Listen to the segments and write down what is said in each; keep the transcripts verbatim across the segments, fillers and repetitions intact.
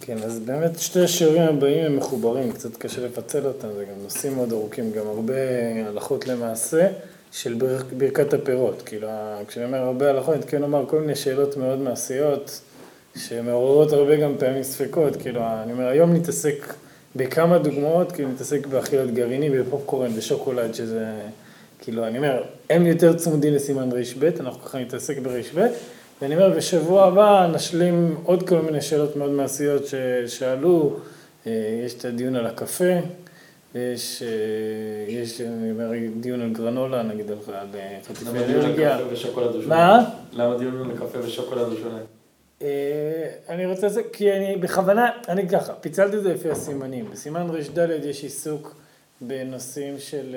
כן, אז באמת שתי השיעורים הבאים הם מחוברים, קצת קשה לפצל אותם, זה גם נושאים מאוד ארוכים, גם הרבה הלכות למעשה של בר, ברכת הפירות. כאילו, כשאני אומר הרבה הלכות, אני כן אומר כל מיני שאלות מאוד מעשיות, שמעוררות הרבה גם פעמים ספקות. כאילו, אני אומר, היום נתעסק בכמה דוגמאות, כאילו נתעסק באכילת גרעיני, בפופקורן, בשוקולד, שזה, כאילו, אני אומר, הם יותר צמודים לסימן רשב, אנחנו ככה נתעסק ברשב, ואני אומר, בשבוע הבא נשלים עוד כל מיני שאלות מאוד מעשיות ששאלו, יש את הדיון על הקפה, יש, יש אני אומר, דיון על גרנולה, נגיד על חטיפי אנרגיה. למה דיון על קפה ושוקולד הוא שונה? מה? למה דיון על קפה ושוקולד הוא שונה? אני רוצה לעשות, כי אני בכוונה, אני ככה, פיצלתי את זה לפי הסימנים. בסימן רשד יש עיסוק בנושאים של...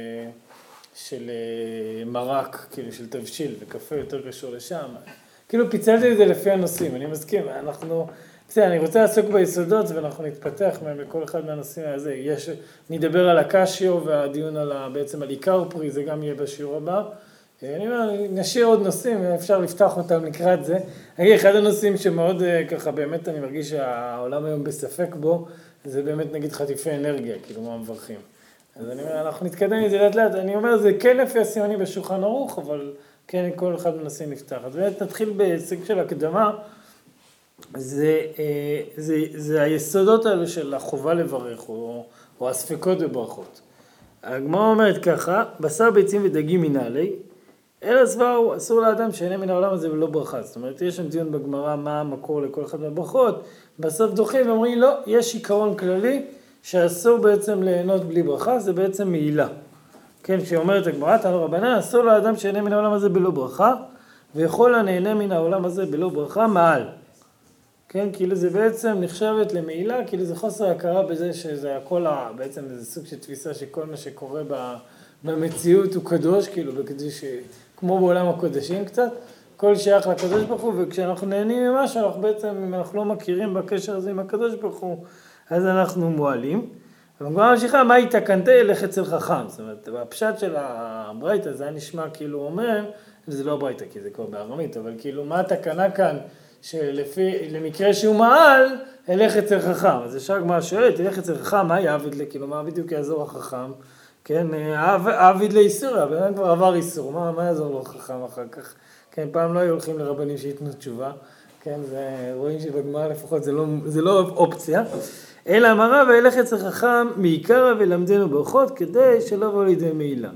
של מרק, כאילו של תבשיל, וקפה יותר קשור לשם. כאילו פיצלתי את זה לפי הנושאים, אני מסכים, אנחנו, בסדר, אני רוצה לעסוק ביסודות ואנחנו נתפתח מהם בכל אחד מהנושאים הזה. יש, נדבר על הקשיו והדיון על, בעצם על עיקר פרי, זה גם יהיה בשיעור הבא. אני אומר, נשאיר עוד נושאים, אפשר לפתח אותם לקראת זה. אחד הנושאים שמאוד ככה, באמת אני מרגיש שהעולם היום בספק בו, זה באמת נגיד חטיפי אנרגיה, כאילו מה מברכים. אז אני אומר, אנחנו נתקדם את זה לאט לאט, אני אומר, זה כן לפי הסימנים בשולחן ערוך, אבל כן כל אחד מנסה נפתח. אז באמת נתחיל בהישג של הקדמה, זה, זה, זה היסודות האלה של החובה לברך, או, או הספקות בברכות. הגמרא אומרת ככה, בשר ביצים ודגים מנהלי, אלא סברו, אסור לאדם שאינה מן העולם הזה ולא ברכה. זאת אומרת, יש שם דיון בגמרא מה המקור לכל אחד מהברכות, בסוף דוחים ואומרים, לא, יש עיקרון כללי, שאסור בעצם ליהנות בלי ברכה, זה בעצם מעילה. כן, כשאומרת הגמרא, תנו רבנן, אסור לאדם שיהנה מן העולם הזה בלא ברכה, ויכול הנהנה מן העולם הזה בלא ברכה מעל. כן, כאילו זה בעצם נחשבת למעילה, כאילו זה חוסר הכרה בזה שזה הכל, בעצם זה סוג של תפיסה שכל מה שקורה במציאות הוא קדוש, כאילו בקדוש, כמו בעולם הקודשים קצת, כל שייך לקדוש ברוך הוא, וכשאנחנו נהנים ממשהו, אנחנו בעצם, אם אנחנו לא מכירים בקשר הזה עם הקדוש ברוך הוא, אז אנחנו מועלים. והגמרא ממשיכה, מה התקנתה? ילך אצל חכם. זאת אומרת, בפשט של הברייתא, זה היה נשמע כאילו אומר, זה לא הברייתא, כי זה כבר בארמית, אבל כאילו, מה התקנה כאן, שלפי, למקרה שהוא מעל, ילך אצל חכם. אז ישר הגמרא שואלת, ילך אצל חכם, מה יעביד לי? כאילו, מה בדיוק יעזור החכם? כן, עביד לאיסור, הבן כבר עבר איסור, מה, מה יעזור לו חכם אחר כך? כן, פעם לא היו הולכים לרבנים שיתנו תשובה, כן, זה, רואים שבגמרא לפחות זה לא, זה לא אופציה. אלא אמרה וילך אצל חכם מעיקרא ולמדנו ברכות כדי שלא יבוא לידי מעילה.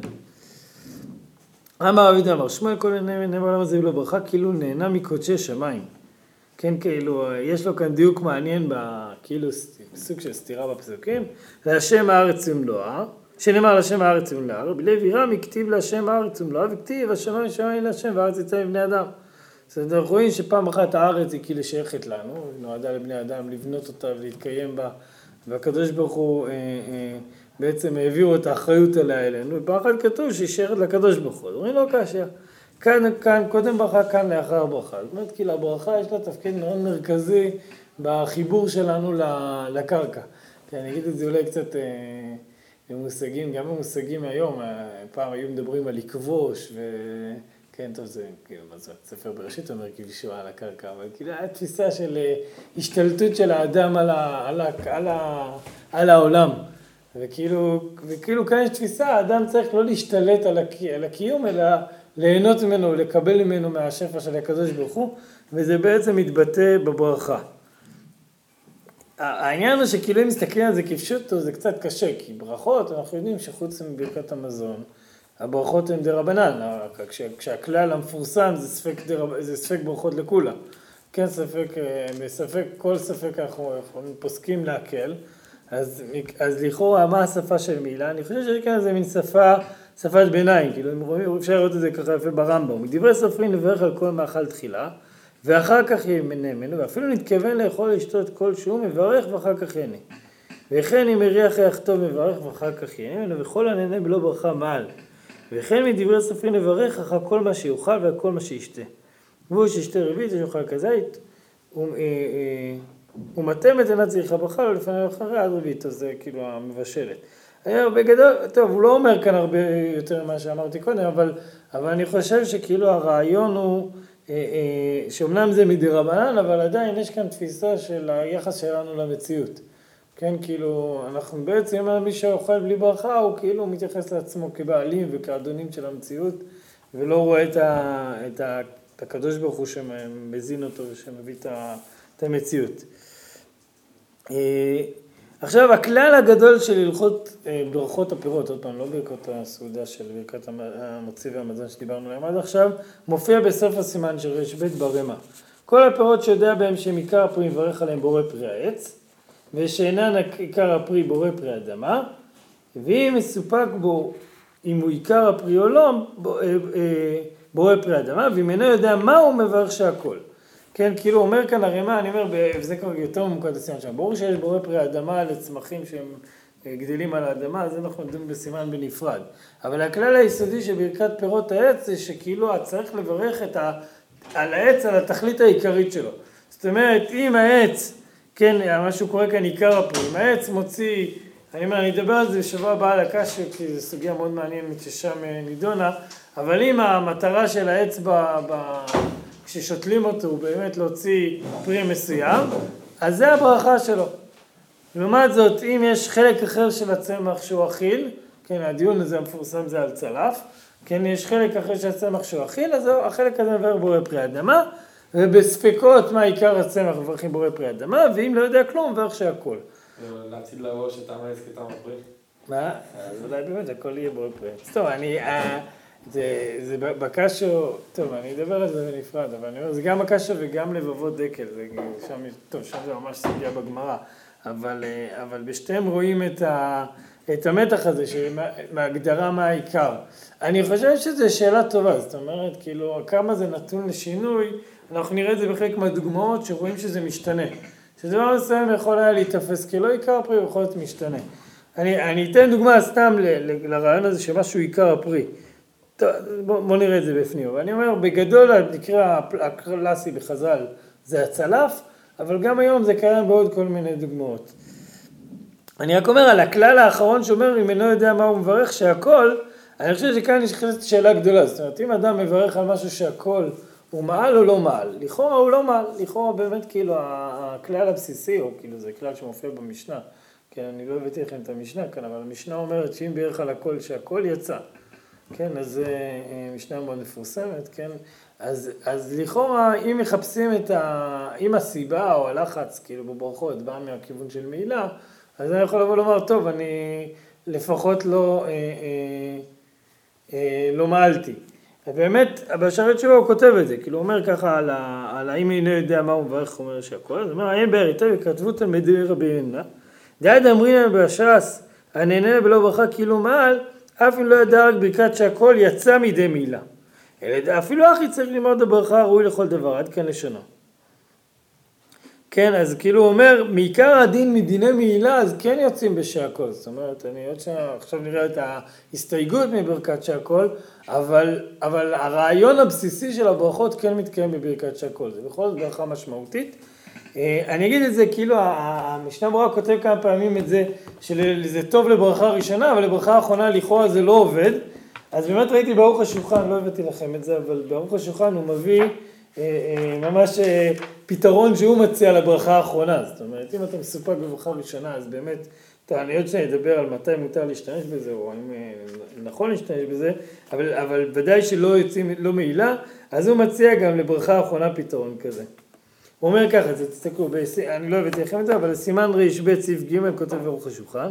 אמר רבי אמר שמואל כל נהנה בעולם הזה ולא ברכה כאילו נהנה מקודשי שמיים. כן, כאילו יש לו כאן דיוק מעניין כאילו סוג של סתירה בפסוקים. להשם הארץ ומלואה, שנאמר להשם הארץ ומלואה, רבי לוי רמי כתיב להשם הארץ ומלואה וכתיב השמיים שמיים להשם והארץ יצא מבני אדם. אז אנחנו רואים שפעם אחת הארץ היא כאילו שייכת לנו, היא נועדה לבני אדם לבנות אותה ולהתקיים בה, והקדוש ברוך הוא אה, אה, בעצם העבירו את האחריות עליה אלינו, ופעם אחת כתוב שהיא שייכת לקדוש ברוך הוא, אומרים לו כאשר, כאן, כאן, קודם ברכה, כאן לאחר ברכה, זאת אומרת כי לברכה יש לה תפקיד מאוד מרכזי בחיבור שלנו לקרקע, כי אני אגיד את זה אולי קצת אה, במושגים, גם במושגים היום, פעם היו מדברים על לכבוש ו... כן, טוב, זה, כאילו, מה זה, ספר בראשית אומר כבישוע על הקרקע, אבל כאילו, היה תפיסה של השתלטות של האדם על, ה, על, ה, על, ה, על העולם. וכאילו, וכאילו, כאן יש תפיסה, האדם צריך לא להשתלט על, הקי, על הקיום, אלא ליהנות ממנו, לקבל ממנו מהשפע של הקדוש ברוך הוא, וזה בעצם מתבטא בברכה. העניין הוא שכאילו, אם מסתכלים על זה כפשוטו, זה קצת קשה, כי ברכות, אנחנו יודעים שחוץ מברכת המזון, הברכות הן דרבנן, כשהכלל המפורסם זה ספק, זה ספק ברכות לכולם. כן, ספק, בספק, כל ספק אנחנו פוסקים להקל, אז, אז לכאורה, מה השפה של מילה? אני חושב שכאן זה מין שפה, שפת ביניים, כאילו, אם רואים, אפשר לראות את זה ככה יפה ברמב"ם. מדברי סופרים לברך על כל מאכל תחילה, ואחר כך ימנה ממנו, ואפילו נתכוון לאכול לשתות כל שהוא, מברך ואחר כך ינה. וכן אם יריח ריח טוב מברך ואחר כך ינה ממנו, וכל הנהנה בלא ברכה מעל. וכן מדברי סופרים לברך אחר כל מה שיוכל וכל מה שישתה. והוא שישתה רביעית שיוכל כזית, ומתם את עינת צריכה ברכה, ולפני אחרי עד רביעית, אז זה כאילו המבשלת. היה בגדול, טוב, הוא לא אומר כאן הרבה יותר ממה שאמרתי קודם, אבל, אבל אני חושב שכאילו הרעיון הוא, אה, אה, שאומנם זה מדרבנן, אבל עדיין יש כאן תפיסה של היחס שלנו למציאות. כן, כאילו, אנחנו בעצם, מי שאוכל בלי ברכה, הוא כאילו מתייחס לעצמו כבעלים וכאדונים של המציאות, ולא רואה את, ה, את, ה, את הקדוש ברוך הוא שמזין אותו ושמביא את, ה, את המציאות. עכשיו, הכלל הגדול של הלכות ברכות הפירות, עוד פעם, לא ברכות הסעודה של ברכת המוציא והמזון שדיברנו עליהם עד עכשיו, מופיע בסוף הסימן של רש ב' ברמה. כל הפירות שיודע בהם שהם עיקר הפרי מברך עליהם בורא פרי העץ, ושאינן עיקר הפרי בורא פרי אדמה, ואם מסופק בו, אם הוא עיקר הפרי או לא, בורא פרי אדמה, ואם אינו יודע מה הוא מברך שהכל. כן, כאילו אומר כאן הרמה, אני אומר, וזה כבר יותר ממוקד לסימן שם, ברור שיש בורא פרי אדמה לצמחים שהם גדלים על האדמה, אז אנחנו נדון בסימן בנפרד. אבל הכלל היסודי של ברכת פירות העץ, זה שכאילו צריך לברך את ה... על העץ, על התכלית העיקרית שלו. זאת אומרת, אם העץ, כן, משהו קורה כאן עיקר הפרי, אם העץ מוציא, אני אומר, אני אדבר על זה בשבוע הבא על הקשה, כי זו סוגיה מאוד מעניינת ששם נידונה, אבל אם המטרה של העץ ב... ב... כששותלים אותו הוא באמת להוציא פרי מסוים, אז זה הברכה שלו. לעומת זאת, אם יש חלק אחר של הצמח שהוא אכיל, כן, הדיון הזה המפורסם זה על צלף, כן, יש חלק אחר של הצמח שהוא אכיל, אז החלק הזה מברך בורא פרי אדמה, ובספקות מה עיקר הצמח מברכים בורא פרי אדמה, ואם לא יודע כלום, מברך שהכל. להציד לראש את העץ כתם הפרי. מה? אז אולי באמת הכל יהיה בורא פרי. טוב, אני... זה, זה בקשו, טוב, אני אדבר על זה בנפרד, אבל אני אומר, זה גם בקשו וגם לבבות דקל, זה שם, טוב, שם זה ממש סוגיה בגמרא, אבל, אבל בשתיהם רואים את, ה, את המתח הזה, מהגדרה מה העיקר. אני חושב שזו שאלה טובה, זאת אומרת, כאילו, כמה זה נתון לשינוי, אנחנו נראה את זה בחלק מהדוגמאות שרואים שזה משתנה. שדבר מסוים יכול היה להתאפס, כי לא עיקר הפרי, הוא יכול להיות משתנה. אני, אני אתן דוגמה סתם ל, ל, לרעיון הזה שמשהו עיקר הפרי. בוא, בוא נראה את זה בפנים, אבל אני אומר, בגדול המקרה הקלאסי בחז"ל זה הצלף, אבל גם היום זה קיים בעוד כל מיני דוגמאות. אני רק אומר על הכלל האחרון שאומר, אם אינו יודע מה הוא מברך שהכל, אני חושב שכאן יש שאלה גדולה, זאת אומרת, אם אדם מברך על משהו שהכל הוא מעל או לא מעל, לכאורה הוא לא מעל, לכאורה באמת כאילו הכלל הבסיסי, או כאילו זה כלל שמופיע במשנה, כן, אני לא הבאתי לכם את המשנה כאן, אבל המשנה אומרת שאם בירך על הכל שהכל יצא, כן, אז זה משנה מאוד מפורסמת, כן, אז, אז לכאורה, אם מחפשים את ה... אם הסיבה או הלחץ, כאילו בברכות, בא מהכיוון של מעילה, אז אני יכול לבוא לומר, טוב, אני לפחות לא, אה, אה, אה, לא מעלתי. באמת, בשרת שלו הוא כותב את זה, כאילו הוא אומר ככה על, ה... על האם אינו יודע מה הוא מברך, הוא אומר שהכל, אז הוא אומר, אין בעריתה וכתבו תלמידי רבי יונה, דעת אמרינן בש"ס, הנהנה בלא ברכה כאילו מעל, אף אם לא ידע רק ברכת שהכל יצא מידי מעילה. אפילו אחי צריך ללמוד הברכה הראוי לכל דבר, עד כאן לשונו. כן, אז כאילו הוא אומר, מעיקר הדין מדיני מעילה, אז כן יוצאים בשהכל. זאת אומרת, אני עוד שעכשיו נראה את ההסתייגות מברכת שהכל, אבל, אבל הרעיון הבסיסי של הברכות כן מתקיים בברכת שהכל. זה בכל זאת ברכה משמעותית. אני אגיד את זה, כאילו, המשנה ברורה כותב כמה פעמים את זה, שזה טוב לברכה ראשונה, אבל לברכה האחרונה לכאורה זה לא עובד. אז באמת ראיתי ברוך השולחן, לא הבאתי לכם את זה, אבל ברוך השולחן הוא מביא ממש פתרון שהוא מציע לברכה האחרונה. זאת אומרת, אם אתה מסופק בברכה ראשונה, אז באמת, אני עוד שאני אדבר על מתי מותר להשתמש בזה, או אם נכון להשתמש בזה, אבל, אבל ודאי שלא יוצאים, לא מעילה, אז הוא מציע גם לברכה האחרונה פתרון כזה. הוא אומר ככה, תסתכלו, אני לא הבאתי לכם את זה, אבל סימן רש ב' סעיף ג' כותב ברוך השולחן,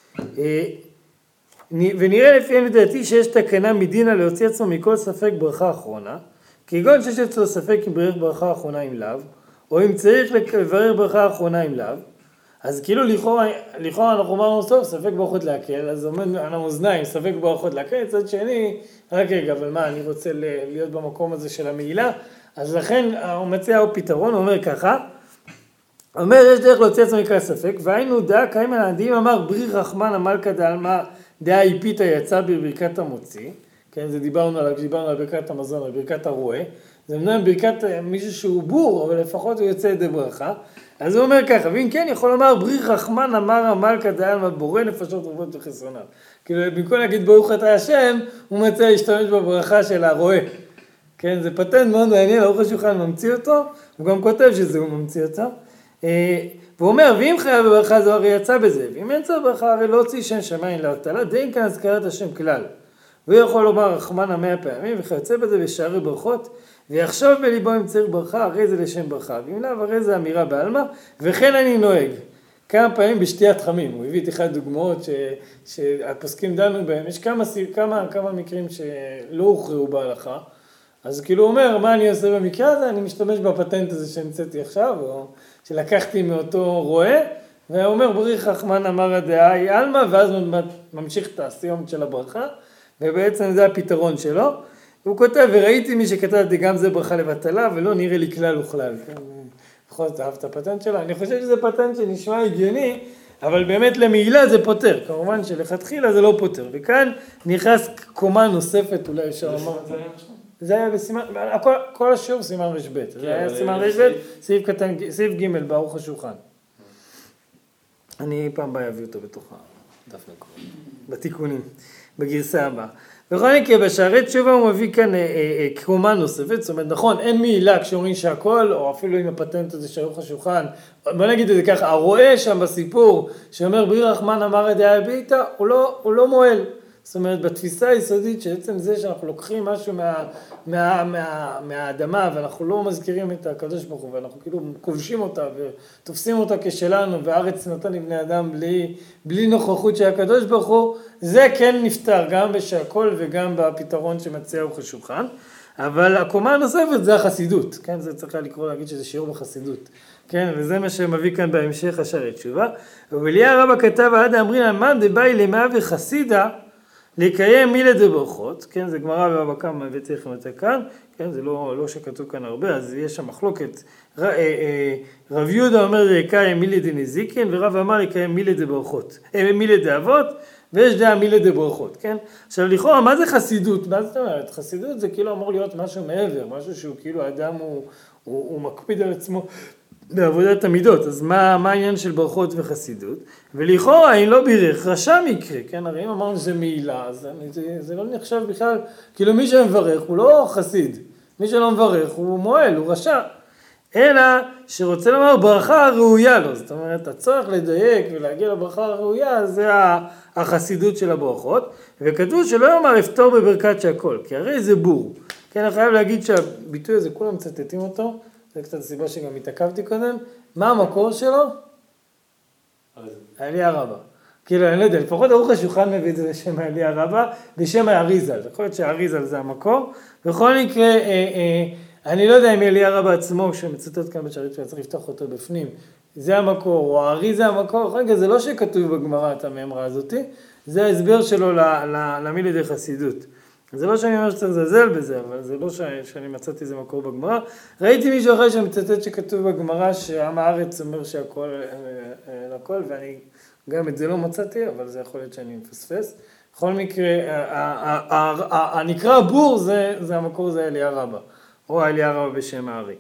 ונראה לפי לדעתי שיש תקנה מדינה להוציא עצמו מכל ספק ברכה אחרונה, כגון שיש אצלו ספק אם ברך ברכה אחרונה עם לאו, או אם צריך לברר ברכה אחרונה עם לאו, אז כאילו לכאורה, לכאורה אנחנו אמרנו סוף, ספק ברכות להקל, אז עומד על המאזניים, ספק ברכות להקל, צד שני, רק רגע, אבל מה, אני רוצה להיות במקום הזה של המעילה, אז לכן הוא מציע הוא פתרון, הוא אומר ככה, אומר יש דרך להוציא עצמו מכלל ספק, והיינו דע קיימן העדיים אמר ברי רחמן המלכה דעלמה דעה איפיתה יצא בברכת המוציא, כן, זה דיברנו על, דיברנו על ברכת המזון, על ברכת הרועה, זה מנהל ברכת מישהו שהוא בור, אבל לפחות הוא יוצא ידי ברכה, אז הוא אומר ככה, ואם כן יכול לומר ברי רחמן אמר המלכה דעלמה בורא נפשות רבות וחסרונות, כאילו במקום להגיד ברוך אתה השם, הוא מציע להשתמש בברכה של הרועה, כן, זה פטנט מאוד מעניין, ערוך השולחן ממציא אותו, הוא גם כותב שזה הוא ממציא אותו. והוא אומר, ואם חייב בברכה זו הרי יצא בזה, ואם יצא בברכה הרי לא הוציא שם שמיים להבטלה, דין כאן הזכרת השם כלל. והוא יכול לומר רחמנה מאה פעמים, וכיוצא בזה בשערי ברכות, ויחשוב בליבו אם צריך ברכה, הרי זה לשם ברכה, ואם לאו הרי זה אמירה בעלמא, וכן אני נוהג. כמה פעמים בשתיית חמים, הוא הביא את אחד דוגמאות ש, שהפוסקים דנו בהם, יש כמה, כמה, כמה מקרים שלא הוכרעו בהלכה, אז כאילו הוא אומר, מה אני עושה במקרה הזה? אני משתמש בפטנט הזה שהמצאתי עכשיו, או שלקחתי מאותו רועה, והוא אומר, בריך רחמן אמר הדעה אלמה, ואז ממשיך את הסיומת של הברכה, ובעצם זה הפתרון שלו. הוא כותב, וראיתי מי שכתבתי גם זה ברכה לבטלה, ולא נראה לי כלל וכלל. בכל זאת אהב את הפטנט שלו. אני חושב שזה פטנט שנשמע הגיוני, אבל באמת למעילה זה פותר. כמובן שלכתחילה זה לא פותר. וכאן נכנס קומה נוספת, אולי אפשר לומר. זה היה בסימן, כל, כל השיעור סימן רשבט. זה היה סימן רשבט, סעיף קטן, סעיף ג' בערוך השולחן. אני פעם בא אביא אותו בתוך הדף מקורי, בתיקונים, בגרסה הבאה. בכל מקרה, בשערי תשובה הוא מביא כאן קומה נוספת, זאת אומרת, נכון, אין מעילה כשאומרים שהכל, או אפילו עם הפטנט הזה שערוך השולחן, בוא נגיד את זה ככה, הרואה שם בסיפור, שאומר ברי רחמן אמר את דעה ביתה, הוא לא, הוא לא מועל. זאת אומרת, בתפיסה היסודית שעצם זה שאנחנו לוקחים משהו מה, מה, מה, מהאדמה, ואנחנו לא מזכירים את הקדוש ברוך הוא, ואנחנו כאילו כובשים אותה ותופסים אותה כשלנו, והארץ נתן לבני אדם בלי, בלי נוכחות של הקדוש ברוך הוא, זה כן נפתר גם בשעקול וגם בפתרון שמציע ערוך השולחן. אבל הקומה הנוספת זה החסידות, כן? זה צריך לקרוא להגיד שזה שיעור בחסידות, כן? וזה מה שמביא כאן בהמשך השערי תשובה. ואליה רבא כתב עד אמרינן מאן דבאי למאה וחסידה, לקיים מילה דברכות, כן, זה גמרא בבבא קמא וצריך למתא כאן, כן, זה לא, לא שכתוב כאן הרבה, אז יש שם מחלוקת. ר, אה, אה, רב יהודה אומר לקיים מילה דנזיקין, ורב אמר לקיים מילה דברכות, אה, מילה דאבות, ויש דעה מילה דברכות, כן? עכשיו לכאורה, מה זה חסידות? מה זאת אומרת? חסידות זה כאילו אמור להיות משהו מעבר, משהו שהוא כאילו האדם הוא, הוא, הוא מקפיד על עצמו בעבודת המידות, אז מה, מה העניין של ברכות וחסידות? ולכאורה, אם לא בירך, רשע מקרה, כן? הרי אם אמרנו שזה מעילה, אז זה, זה לא נחשב בכלל, כאילו מי שמברך הוא לא חסיד, מי שלא מברך הוא מועל, הוא רשע, אלא שרוצה לומר ברכה ראויה לו, זאת אומרת, הצורך לדייק ולהגיע לברכה הראויה, זה החסידות של הברכות, וכתוב שלא יאמר אפתור בברכת שהכל, כי הרי זה בור, כן? אני חייב להגיד שהביטוי הזה, כולם מצטטים אותו, זה קצת הסיבה שגם התעכבתי קודם. מה המקור שלו? העלייה רבה. כאילו, אני לא יודע, לפחות ערוך השולחן מביא את זה לשם העלייה רבה, בשם האריזל. יכול להיות שהאריזל זה המקור. בכל מקרה, אה, אה, אני לא יודע אם העלייה רבה עצמו, שמצטט כאן בשערית שצריך לפתוח אותו בפנים, זה המקור, או האריזה המקור. רגע, זה לא שכתוב בגמרא את המאמרה הזאת, זה ההסבר שלו למילה די חסידות. זה לא שאני אומר שצריך לזלזל בזה, אבל זה לא שאני מצאתי איזה מקור בגמרא. ראיתי מישהו אחרי שמצטט שכתוב בגמרא שעם הארץ אומר שהכל לכל, ואני גם את זה לא מצאתי, אבל זה יכול להיות שאני מפספס. בכל מקרה, הנקרא בור זה המקור, זה אליה רבה, או אליה רבה בשם הארי.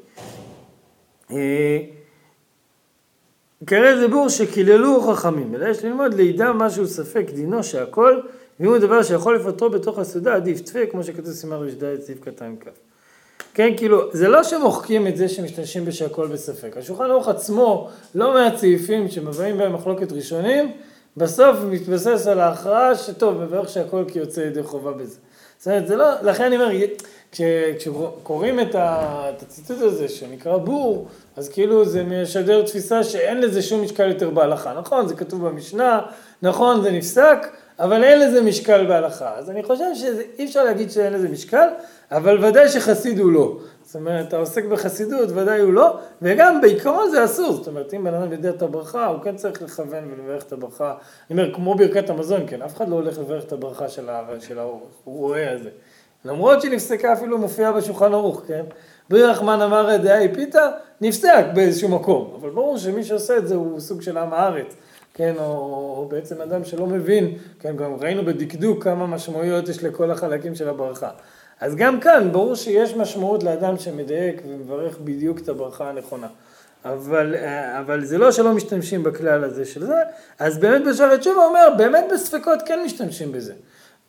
כרי זה בור שקיללו חכמים, אלא יש ללמוד לידע משהו ספק דינו שהכל, ואם הוא דבר שיכול לפטרו בתוך הסעודה, עדיף תפה, כמו שכתוב סימן רשד' סעיף קטן כ'. כן, כאילו, זה לא שמוחקים את זה שמשתמשים בשהכל בספק. השולחן ערוך עצמו, לא מהצעיפים שמבאים בהם מחלוקת ראשונים, בסוף מתבסס על ההכרעה שטוב, מברך שהכל כי יוצא ידי חובה בזה. זאת אומרת, זה לא, לכן אני אומר, כש, כשקוראים את הציטוט הזה שנקרא בור, אז כאילו זה משדר תפיסה שאין לזה שום משקל יותר בהלכה. נכון, זה כתוב במשנה, נכון, זה נפסק, אבל אין לזה משקל בהלכה. אז אני חושב שאי אפשר להגיד שאין לזה משקל, אבל ודאי שחסיד הוא לא. זאת אומרת, אתה עוסק בחסידות, ודאי הוא לא, וגם בעיקרון זה אסור. זאת אומרת, אם בן אדם יודע את הברכה, הוא כן צריך לכוון ולברך את הברכה. אני אומר, כמו ברכת המזון, כן, אף אחד לא הולך לברך את הברכה של, של הרועה הזה. למרות שנפסקה אפילו מופיעה בשולחן ערוך, כן? ברי רחמן אמר דעה פיתה, נפסק באיזשהו מקום. אבל ברור שמי שעושה את זה הוא סוג של עם הארץ. כן, או, או בעצם אדם שלא מבין, כן, גם ראינו בדקדוק כמה משמעויות יש לכל החלקים של הברכה. אז גם כאן, ברור שיש משמעות לאדם שמדייק ומברך בדיוק את הברכה הנכונה. אבל, אבל זה לא שלא משתמשים בכלל הזה של זה, אז באמת בשערי תשובה אומר, באמת בספקות כן משתמשים בזה.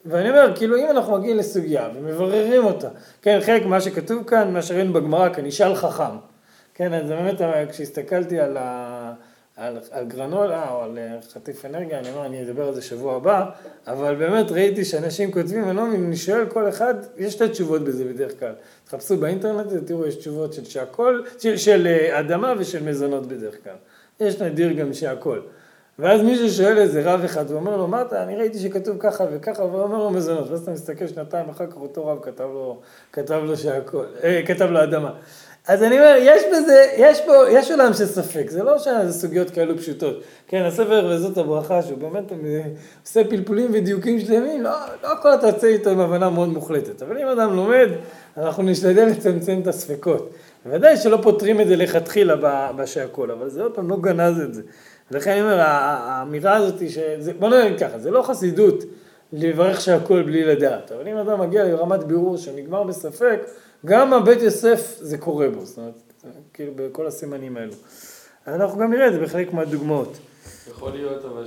ואני אומר, כאילו, אם אנחנו מגיעים לסוגיה ומבררים אותה, כן, חלק מה שכתוב כאן, מה שראינו בגמרא, כנשאל חכם, כן, אז באמת, כשהסתכלתי על, ה, על, על גרנולה או על חטיף אנרגיה, אני אומר, אני אדבר על זה שבוע הבא, אבל באמת ראיתי שאנשים כותבים, אני לא מבין, אני שואל כל אחד, יש שתי תשובות בזה בדרך כלל. תחפשו באינטרנט, תראו, יש תשובות של שהכל, של, של אדמה ושל מזונות בדרך כלל. יש נדיר גם שהכל. ואז מישהו שואל איזה רב אחד, הוא אומר לו, מה אתה, אני ראיתי שכתוב ככה וככה, והוא אומר לו מזונות, ואז אתה מסתכל שנתיים אחר כך, אותו רב כתב לו, כתב לו שהכל, אה, כתב לו אדמה. אז אני אומר, יש בזה, יש פה, יש עולם של ספק, זה לא שזה סוגיות כאלו פשוטות. כן, הספר וזאת הברכה, שהוא באמת עושה פלפולים ודיוקים שלמים, לא, לא הכל אתה יוצא איתו עם הבנה מאוד מוחלטת. אבל אם אדם לומד, אנחנו נשתדל לצמצם את הספקות. ודאי שלא פותרים את זה לכתחילה בשהכל, אבל זה עוד פעם לא גנז את זה. ולכן אני אומר, האמירה הזאת היא שזה, בוא נראה ככה, זה לא חסידות לברך שהכל בלי לדעת. אבל אם אדם מגיע לרמת בירור שנגמר בספק, גם הבית יוסף זה קורה בו, זאת אומרת, כאילו בכל הסימנים האלו. אנחנו גם נראה את זה בחלק מהדוגמאות. יכול להיות אבל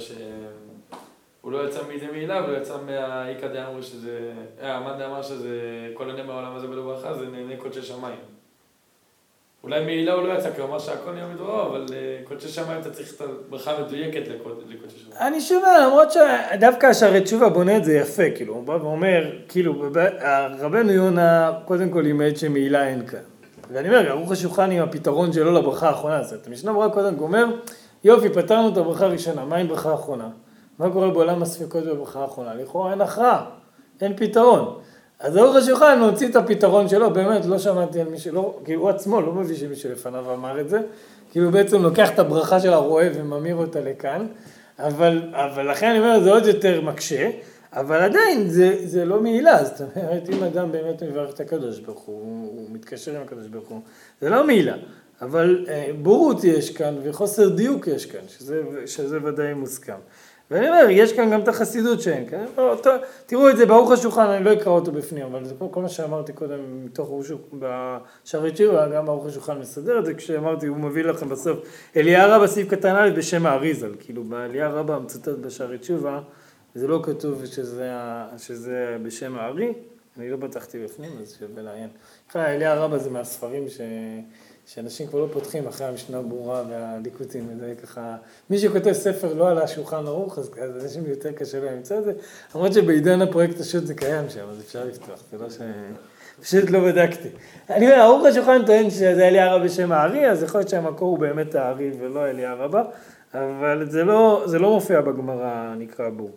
שהוא לא יצא מידי מעילה, אבל יצא מהאיקא דאמרי שזה, המאן דאמר שזה כל עיני מהעולם הזה בלא ברכה, זה נהנה קודשי שמיים. אולי מעילה הוא לא יצא, כי הוא אמר שהכל נהיה מדברו, אבל קודשי שמיים אתה צריך את הברכה מדויקת לקודשי שמיים. אני שומע, למרות שדווקא השערי תשובה בונה את זה יפה, כאילו, הוא בא ואומר, כאילו, רבנו יונה קודם כל לימד שמעילה אין כאן. ואני אומר, ערוך השולחן עם הפתרון שלו לברכה האחרונה, זאת אומרת, המשנה ברורה קודם אומר, יופי, פתרנו את הברכה הראשונה, מה עם ברכה האחרונה? מה קורה בעולם הספקות בברכה האחרונה? לכאורה אין הכרעה, אין פתרון. אז ערוך השולחן נוציא את הפתרון שלו, באמת לא שמעתי על מי שלא, כאילו הוא עצמו לא מביא שמי שלפניו אמר את זה, כאילו בעצם לוקח את הברכה של הרועה וממיר אותה לכאן, אבל, אבל לכן אני אומר, זה עוד יותר מקשה, אבל עדיין זה, זה לא מעילה, זאת אומרת, אם אדם באמת מברך את הקדוש ברוך הוא, הוא מתקשר עם הקדוש ברוך הוא, זה לא מעילה, אבל בורות יש כאן וחוסר דיוק יש כאן, שזה, שזה ודאי מוסכם. ואני אומר, יש כאן גם את החסידות שאין, כן? תראו את זה בערוך השולחן, אני לא אקרא אותו בפנים, אבל זה כל מה שאמרתי קודם מתוך בשערי תשובה, גם בערוך השולחן מסדר את זה, כשאמרתי, הוא מביא לכם בסוף, אליה רבא סעיף קטן א' בשם האריזל, כאילו באליה רבא המצוטט בשערי תשובה, זה לא כתוב שזה, שזה בשם הארי, אני לא פתחתי בפנים, אז שווה לעיין. בכלל, אליה רבא זה מהספרים ש... שאנשים כבר לא פותחים אחרי המשנה ברורה והליקוטים, זה ככה, מי שכותב ספר לא על השולחן ערוך, אז אנשים יותר קשה להם למצוא את זה, למרות שבעידן הפרויקט השו"ת זה קיים שם, אז אפשר לפתוח, זה לא ש... פשוט לא בדקתי. אני אומר, ערוך השולחן טוען שזה אליה רבא בשם הארי, אז יכול להיות שהמקור הוא באמת הארי ולא אליה רבא, אבל זה לא, זה לא מופיע בגמרא נקרא בו.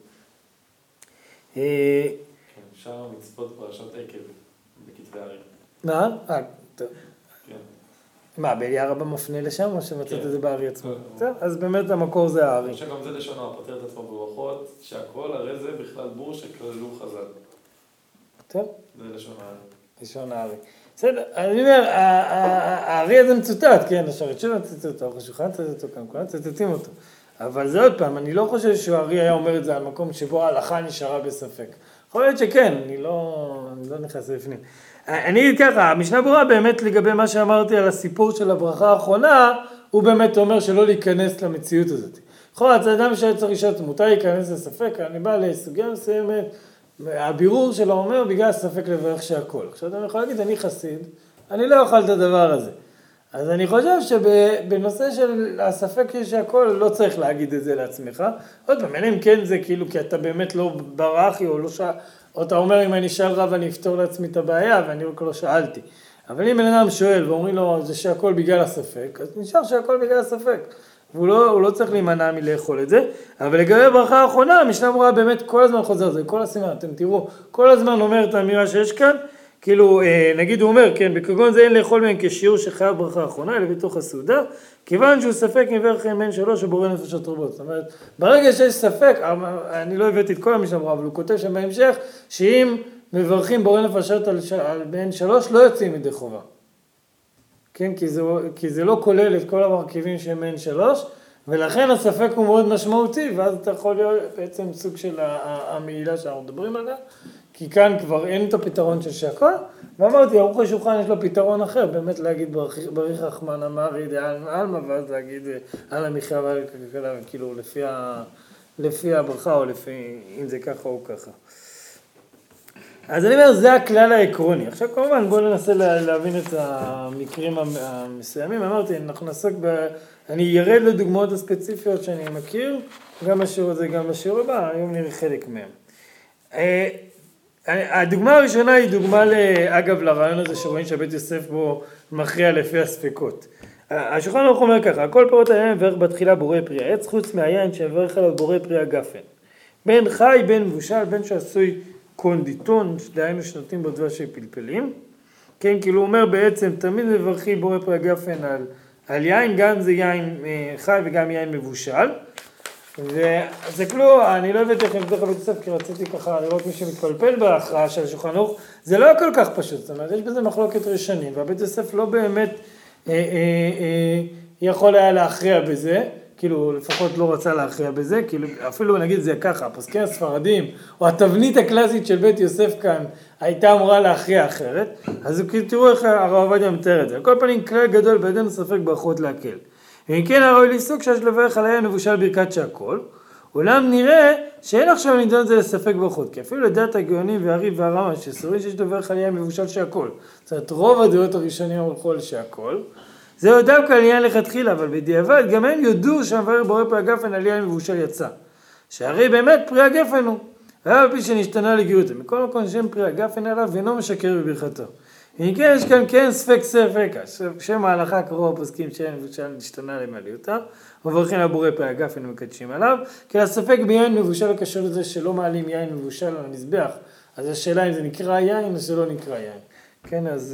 אפשר מצוות פרשת עקב בכתבי הארי. מה? אה, טוב. כן. מה, באליה רבא מפנה לשם או שמצאת את זה בארי עצמו? טוב, אז באמת המקור זה הארי. אני חושב גם זה לשונו, פותר את עצמו בברכות, שהכל הרי זה בכלל בור שכללו חז"ל. טוב. זה לשון הארי. לשון הארי. בסדר, אני אומר, הארי הזה מצוטט, כן, השערי תשובה מצוטט, ערוך השולחן מצוטט אותו, כולם מצוטטים אותו. אבל זה עוד פעם, אני לא חושב שהארי היה אומר את זה על מקום שבו ההלכה נשארה בספק. יכול להיות שכן, אני לא, אני לא נכנס לפנים. אני אגיד ככה, המשנה ברורה באמת לגבי מה שאמרתי על הסיפור של הברכה האחרונה, הוא באמת אומר שלא להיכנס למציאות הזאת. יכול להיות, זה אדם שהיה צריך לשאול, מותר להיכנס לספק, אני בא לסוגיה מסוימת, הבירור שלו אומר, בגלל הספק לברך שהכל. עכשיו אדם יכול להגיד, אני חסיד, אני לא אוכל את הדבר הזה. אז אני חושב שבנושא של הספק שהכל, לא צריך להגיד את זה לעצמך. עוד פעם, אם כן זה כאילו, כי אתה באמת לא ברחי, או לא שאל, או אתה אומר, אם אני שאל רב, אני אפתור לעצמי את הבעיה, ואני לא שאלתי. אבל אם בן אדם שואל, ואומרים לו, זה שהכל בגלל הספק, אז נשאר שהכל בגלל הספק. והוא לא, הוא לא צריך להימנע מלאכול את זה. אבל לגבי הברכה האחרונה, המשנה ברורה באמת כל הזמן חוזר, זה כל הסימן, אתם תראו, כל הזמן אומר את האמירה שיש כאן, כאילו, נגיד הוא אומר, כן, בכגון זה אין לאכול מהם כשיעור שחייב ברכה האחרונה, אלא בתוך הסעודה, כיוון שהוא ספק מברך בין שלוש ובורא נפשות רבות. זאת אומרת, ברגע שיש ספק, אני לא הבאתי את כל המשנה ברורה, אבל הוא כותב שם בהמשך, שאם מברכים בורא נפשות על, על בין שלוש, לא יוצאים ידי חובה. כן, כי זה, כי זה לא כולל את כל המרכיבים שהם בין שלוש, ולכן הספק הוא מאוד משמעותי, ואז אתה יכול להיות בעצם סוג של המעילה שאנחנו מדברים עליה, כי כאן כבר אין את הפתרון של שהכל, ואמרתי, ערוך השולחן יש לו פתרון אחר, באמת להגיד בריך רחמן אמר אידאל אלמה, ואז להגיד על המחיה ועל הכלכלה, כאילו לפי, ה, לפי הברכה, או לפי, אם זה ככה או ככה. אז אני אומר, זה הכלל העקרוני. עכשיו כמובן בואו ננסה להבין את המקרים המסוימים. אמרתי, אנחנו נעסוק ב... אני ירד לדוגמאות הספציפיות שאני מכיר, גם בשיעור הזה, גם בשיעור הבא, היום נראה חלק מהם. הדוגמה הראשונה היא דוגמה, אגב, לרעיון הזה שרואים שבית יוסף בו מכריע לפי הספקות. השולחן ערוך אומר ככה, הכל פירות היין מברך בתחילה בורא פרי העץ, חוץ מהיין שמברך עליו בורא פרי הגפן. בין חי, בין מבושל, בין שעשוי קונדיטון, דהיינו שנותנים בו דבש של פלפלים. כן, כאילו הוא אומר בעצם, תמיד מברכי בורא פרי הגפן על, על יין, גם זה יין חי וגם יין מבושל. וזה כלום, אני לא הבאתי לכם בדרך בית יוסף, כי רציתי ככה לראות מי שמתפלפל בהכרעה של השולחן ערוך. זה לא כל כך פשוט, זאת אומרת, יש בזה מחלוקת ראשונים, והבית יוסף לא באמת אה, אה, אה, יכול היה להכריע בזה, כאילו לפחות לא רצה להכריע בזה, כאילו אפילו נגיד זה ככה, הפוסקים הספרדים, או התבנית הקלאסית של בית יוסף כאן, הייתה אמורה להכריע אחרת, אז תראו איך הרב עובדיה מתאר את זה. על כל פנים, כלל גדול בידינו ספק ברכות להקל. ואם כן הראוי לפסוק שיש לברך על היין מבושל ברכת שהכל, אולם נראה שאין עכשיו נידון את זה לספק ברכות, כי אפילו לדעת הגאונים והרי"ף והרמב"ם שסוברים שיש לברך על היין מבושל שהכל, זאת אומרת רוב הדעות הראשונים הלכו על שהכל, זהו דווקא על יין לכתחילה, אבל בדיעבד גם הם יודו שהמברך בורא פרי הגפן על יין מבושל יצא, שהרי באמת פרי הגפן הוא, והיה בפי שנשתנה לגירותו, מכל מקום שם פרי הגפן עליו ואינו משקר בברכתו. אם כן, יש כאן כן ספק ספק, שם ההלכה קרוב הפוסקים שאין מבושל נשתנה למעליותה, וברכים לבורא פרי הגפן ומקדשים עליו, כי הספק ביין מבושל הקשור לזה שלא מעלים יין מבושל על המזבח, אז השאלה אם זה נקרא יין או שלא נקרא יין. כן, אז...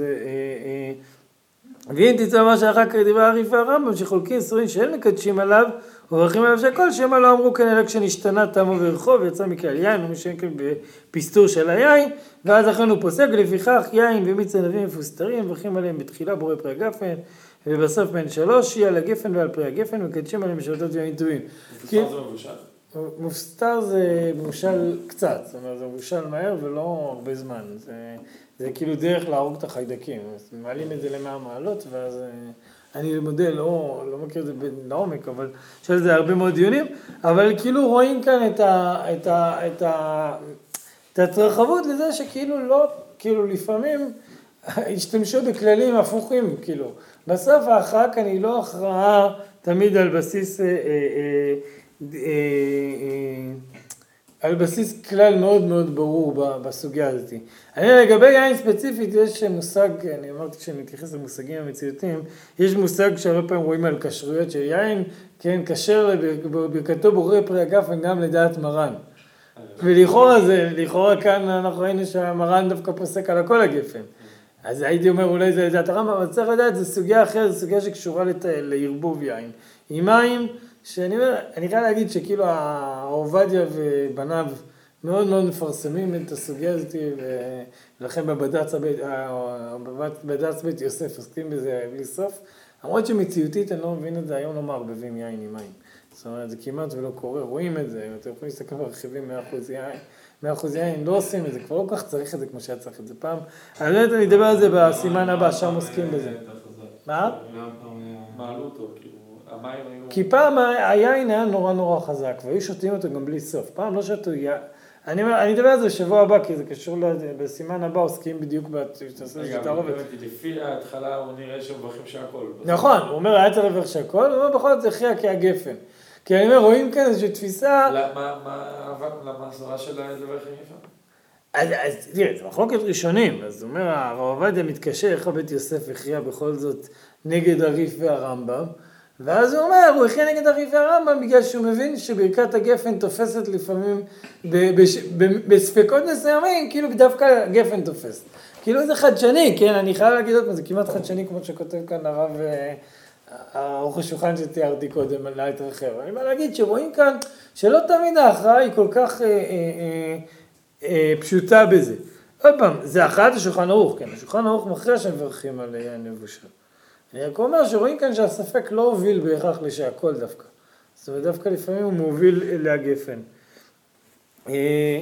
ואם תצא מה שאחר כך דברי הרי"ף והרמב"ם שחולקים סורים שאין מקדשים עליו, וברכים עליו שהכל שמא לא אמרו כאן אלא כשנשתנה טעמו וריחו ויצא מכלל יין, או משם כאן בפסטור של היין, ואז לכן הוא פוסק, לפיכך יין ומיץ ענבים מפוסטרים, מברכים עליהם בתחילה בורא פרי הגפן, ובסוף בין שלוש, יהיה על הגפן ועל פרי הגפן, מקדשים עליהם בשבתות ימים טובים. מפוסטר זה מבושל? מפוסטר זה מבושל קצת, זאת אומרת, זה מבושל מהר ולא הרבה זמן. זה, זה כאילו דרך להרוג את החיידקים. מעלים את זה למאה מעלות, ואז אני מודה, לא, לא מכיר את זה לעומק, אבל של זה הרבה מאוד דיונים, אבל כאילו רואים כאן את ה, את ה, את ה, את התרחבות לזה שכאילו לא, כאילו לפעמים השתמשו בכללים הפוכים, כאילו. בסוף ההכרעה כאן היא לא הכרעה תמיד על בסיס, אה, אה, אה, אה, על בסיס כלל מאוד מאוד ברור בסוגיה הזאת. אני לגבי יין ספציפית, יש מושג, אני אמרתי כשאני מתייחס למושגים המציאותיים, יש מושג שהרבה פעמים רואים על כשרויות של יין, כן, כשר בברכתו בורא פרי הגפן גם לדעת מרן. ולכאורה זה, לכאורה כאן אנחנו ראינו שהמרן דווקא פוסק על הכל הגפן. אז הייתי אומר אולי זה לדעת הרמב"ם, אבל צריך לדעת, זו סוגיה אחרת, זו סוגיה שקשורה לערבוב יין. עם מים, שאני אומר, אני חייב להגיד שכאילו העובדיה ובניו מאוד מאוד מפרסמים את הסוגיה הזאת, ולכן בבד"ץ בית, בבד"ץ בית יוסף עוסקים בזה בלי סוף, למרות שמציאותית אני לא מבין את זה, היום לא מערבבים יין עם מים. זאת אומרת, זה כמעט ולא קורה, רואים את זה, אתם יכולים להסתכל ברכיבים מאה אחוז יין, מאה אחוז יין, לא עושים את זה, כבר לא כל כך צריך את זה כמו שהיה צריך את זה פעם. אני באמת, אני אדבר על זה בסימן הבא, שם עוסקים בזה. מה? מעלו אותו, כאילו, המים היו... כי פעם היין היה נורא נורא חזק, והיו שותים אותו גם בלי סוף. פעם לא שתו יין. אני, אני אדבר על זה בשבוע הבא, כי זה קשור בסימן הבא, עוסקים בדיוק בתעשה של תערובת. לפי ההתחלה הוא נראה שמברכים שהכל. נכון, הוא אומר, היה צריך לברך שהכל, הוא אומר, בכל זאת זה הכריע כהגפן. כי אני אומר, רואים כאן איזושהי תפיסה... למה הסברה של לברך הגפן? אז תראה, זה מחלוקת ראשונים, אז הוא אומר, הרב עובדיה מתקשר, איך הבית יוסף הכריע בכל זאת נגד הרי"ף והרמב"ם, ואז הוא אומר, הוא הכריע נגד הרי"ף והרמב"ם, בגלל שהוא מבין שברכת הגפן תופסת לפעמים בספקות מסוימים, כאילו דווקא גפן תופסת. כאילו זה חדשני, כן, אני חייב להגיד עוד מה, זה כמעט חדשני, כמו שכותב כאן הרב... האורך השולחן שתיארתי קודם, על לילה רחב. אני בא להגיד שרואים כאן שלא תמיד ההכרעה היא כל כך אה, אה, אה, פשוטה בזה. עוד פעם, זה הכרעת השולחן ערוך, כן, השולחן ערוך מכריע שמברכים על יין מבושל. אני רק אומר שרואים כאן שהספק לא הוביל בהכרח לשהכל דווקא. זאת אומרת, דווקא לפעמים הוא מוביל להגפן. אה,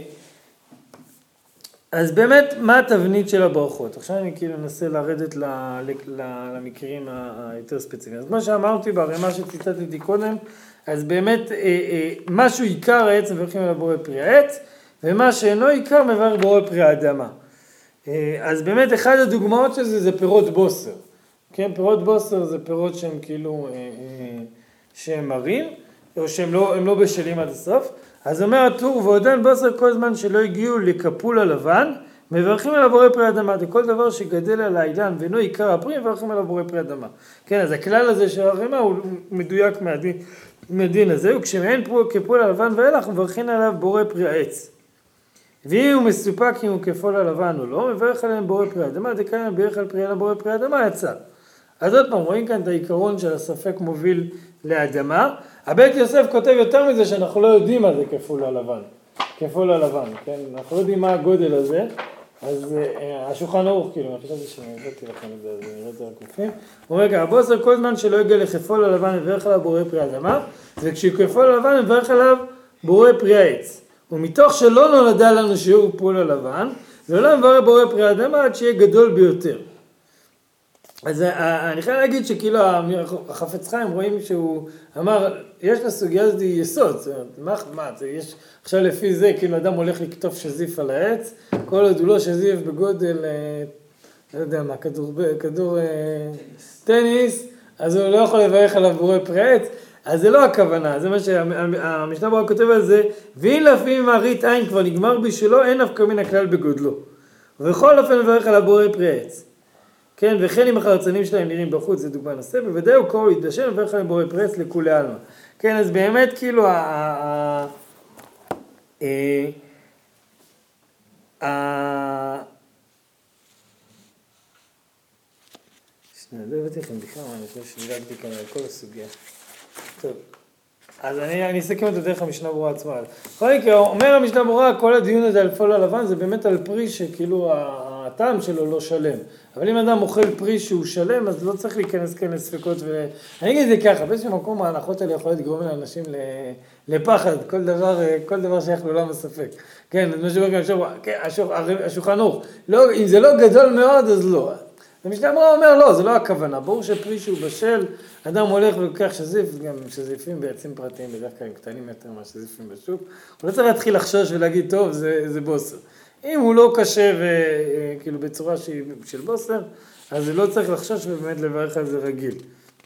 אז באמת, מה התבנית של הברכות? עכשיו אני כאילו אנסה לרדת למקרים היותר ספציפיים. אז כמו שאמרתי ברמה שציטטתי קודם, אז באמת משהו עיקר העץ מברכים על הבורא פרי העץ, ומה שאינו עיקר מברך בורא פרי האדמה. אז באמת אחד הדוגמאות של זה זה פירות בוסר. כן, פירות בוסר זה פירות שהם כאילו, שהם מרים, או שהם לא, הם לא בשלים עד הסוף. אז אומר הטור, ועודן בוסר כל זמן שלא הגיעו לקפול הלבן, מברכים עליו בורא פרי אדמה. זה כל דבר שגדל על האילן ואינו עיקר הפרי, מברכים עליו בורא פרי אדמה. כן, אז הכלל הזה של הרימה הוא מדויק מהדין, מהדין הזה, וכשמעין כפול הלבן ואילך, מברכים עליו בורא פרי העץ. ואם הוא מסופק אם הוא כפול הלבן או לא, מברך עליהם בורא פרי אדמה, דקיים בירך על פרי בורא פרי אדמה יצא. אז עוד פעם, רואים כאן את העיקרון של הספק מוביל לאדמה. הבית יוסף כותב יותר מזה שאנחנו לא יודעים מה זה כפול הלבן. כפול הלבן, כן? אנחנו לא יודעים מה הגודל הזה. אז אה, השולחן ערוך, כאילו, אני חשבתי שאני הבאתי לכם את זה, אז אני אראה את זה הקופים. הוא אומר, הבוסר כל זמן שלא יגיע לכפול הלבן, מברך עליו בורא פרי אדמה, וכשכפול הלבן, מברך עליו בורא פרי העץ. ומתוך שלא נולדה לנו שיעור פול הלבן, ולא מברך בורא פרי אדמה עד שיהיה גדול ביותר. אז אני חייב להגיד שכאילו החפץ חיים רואים שהוא אמר, יש לסוגיה הזאת יסוד, מה, מה, יש, עכשיו לפי זה כאילו אדם הולך לקטוף שזיף על העץ, כל עוד הוא לא שזיף בגודל, לא יודע מה, כדור, כדור טניס, אז הוא לא יכול לברך עליו בורא פרי עץ, אז זה לא הכוונה, זה מה שהמשנה ברורה כותב על זה, ואם לפעמים מראית עין כבר נגמר בשלו, אין אף מן הכלל בגודלו, ובכל אופן מברך עליו בורא פרי עץ. כן, וכן אם החרצנים שלהם נראים בחוץ, זה דוגמה נושא, בוודאי הוא קורא להתדשן, וברך עליהם בורא פרי עץ לכולי עלמא. כן, אז באמת כאילו, ה... ה... שנייה, לא הבאתי לכם בכלל, אני חושב שדילגתי כאן על כל הסוגיה. טוב, אז אני, אני אסכם את דרך המשנה ברורה עצמה. בכל מקרה, אומר המשנה ברורה, כל הדיון הזה על פול הלבן, זה באמת על פרי שכאילו הטעם שלו לא שלם. אבל אם אדם אוכל פרי שהוא שלם, אז לא צריך להיכנס כאן לספקות ו... אני אגיד את זה ככה, באיזשהו מקום ההנחות האלה יכולות לגרום לאנשים לפחד, כל דבר, כל דבר שייך לעולם הספק. כן, אז מה שאומר כאן, השולחן ערוך, לא, אם זה לא גדול מאוד, אז לא. המשנה ברורה אומר, לא, זה לא הכוונה. ברור שפרי שהוא בשל, אדם הולך ולוקח שזיף, גם שזיפים בעצים פרטיים, בדרך כלל הם קטנים יותר מהשזיפים בשוק. הוא לא צריך להתחיל לחשוש ולהגיד, טוב, זה, זה בוסר. אם הוא לא קשה וכאילו בצורה של בוסר, אז לא צריך לחשוש ובאמת לברך על זה רגיל.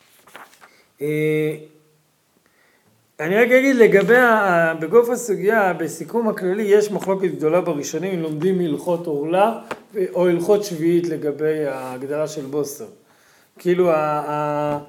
אני רק אגיד, לגבי, בגוף הסוגיה, בסיכום הכללי, יש מחלוקת גדולה בראשונים, אם לומדים הלכות עורלה, או הלכות שביעית לגבי ההגדרה של בוסר. כאילו, ה...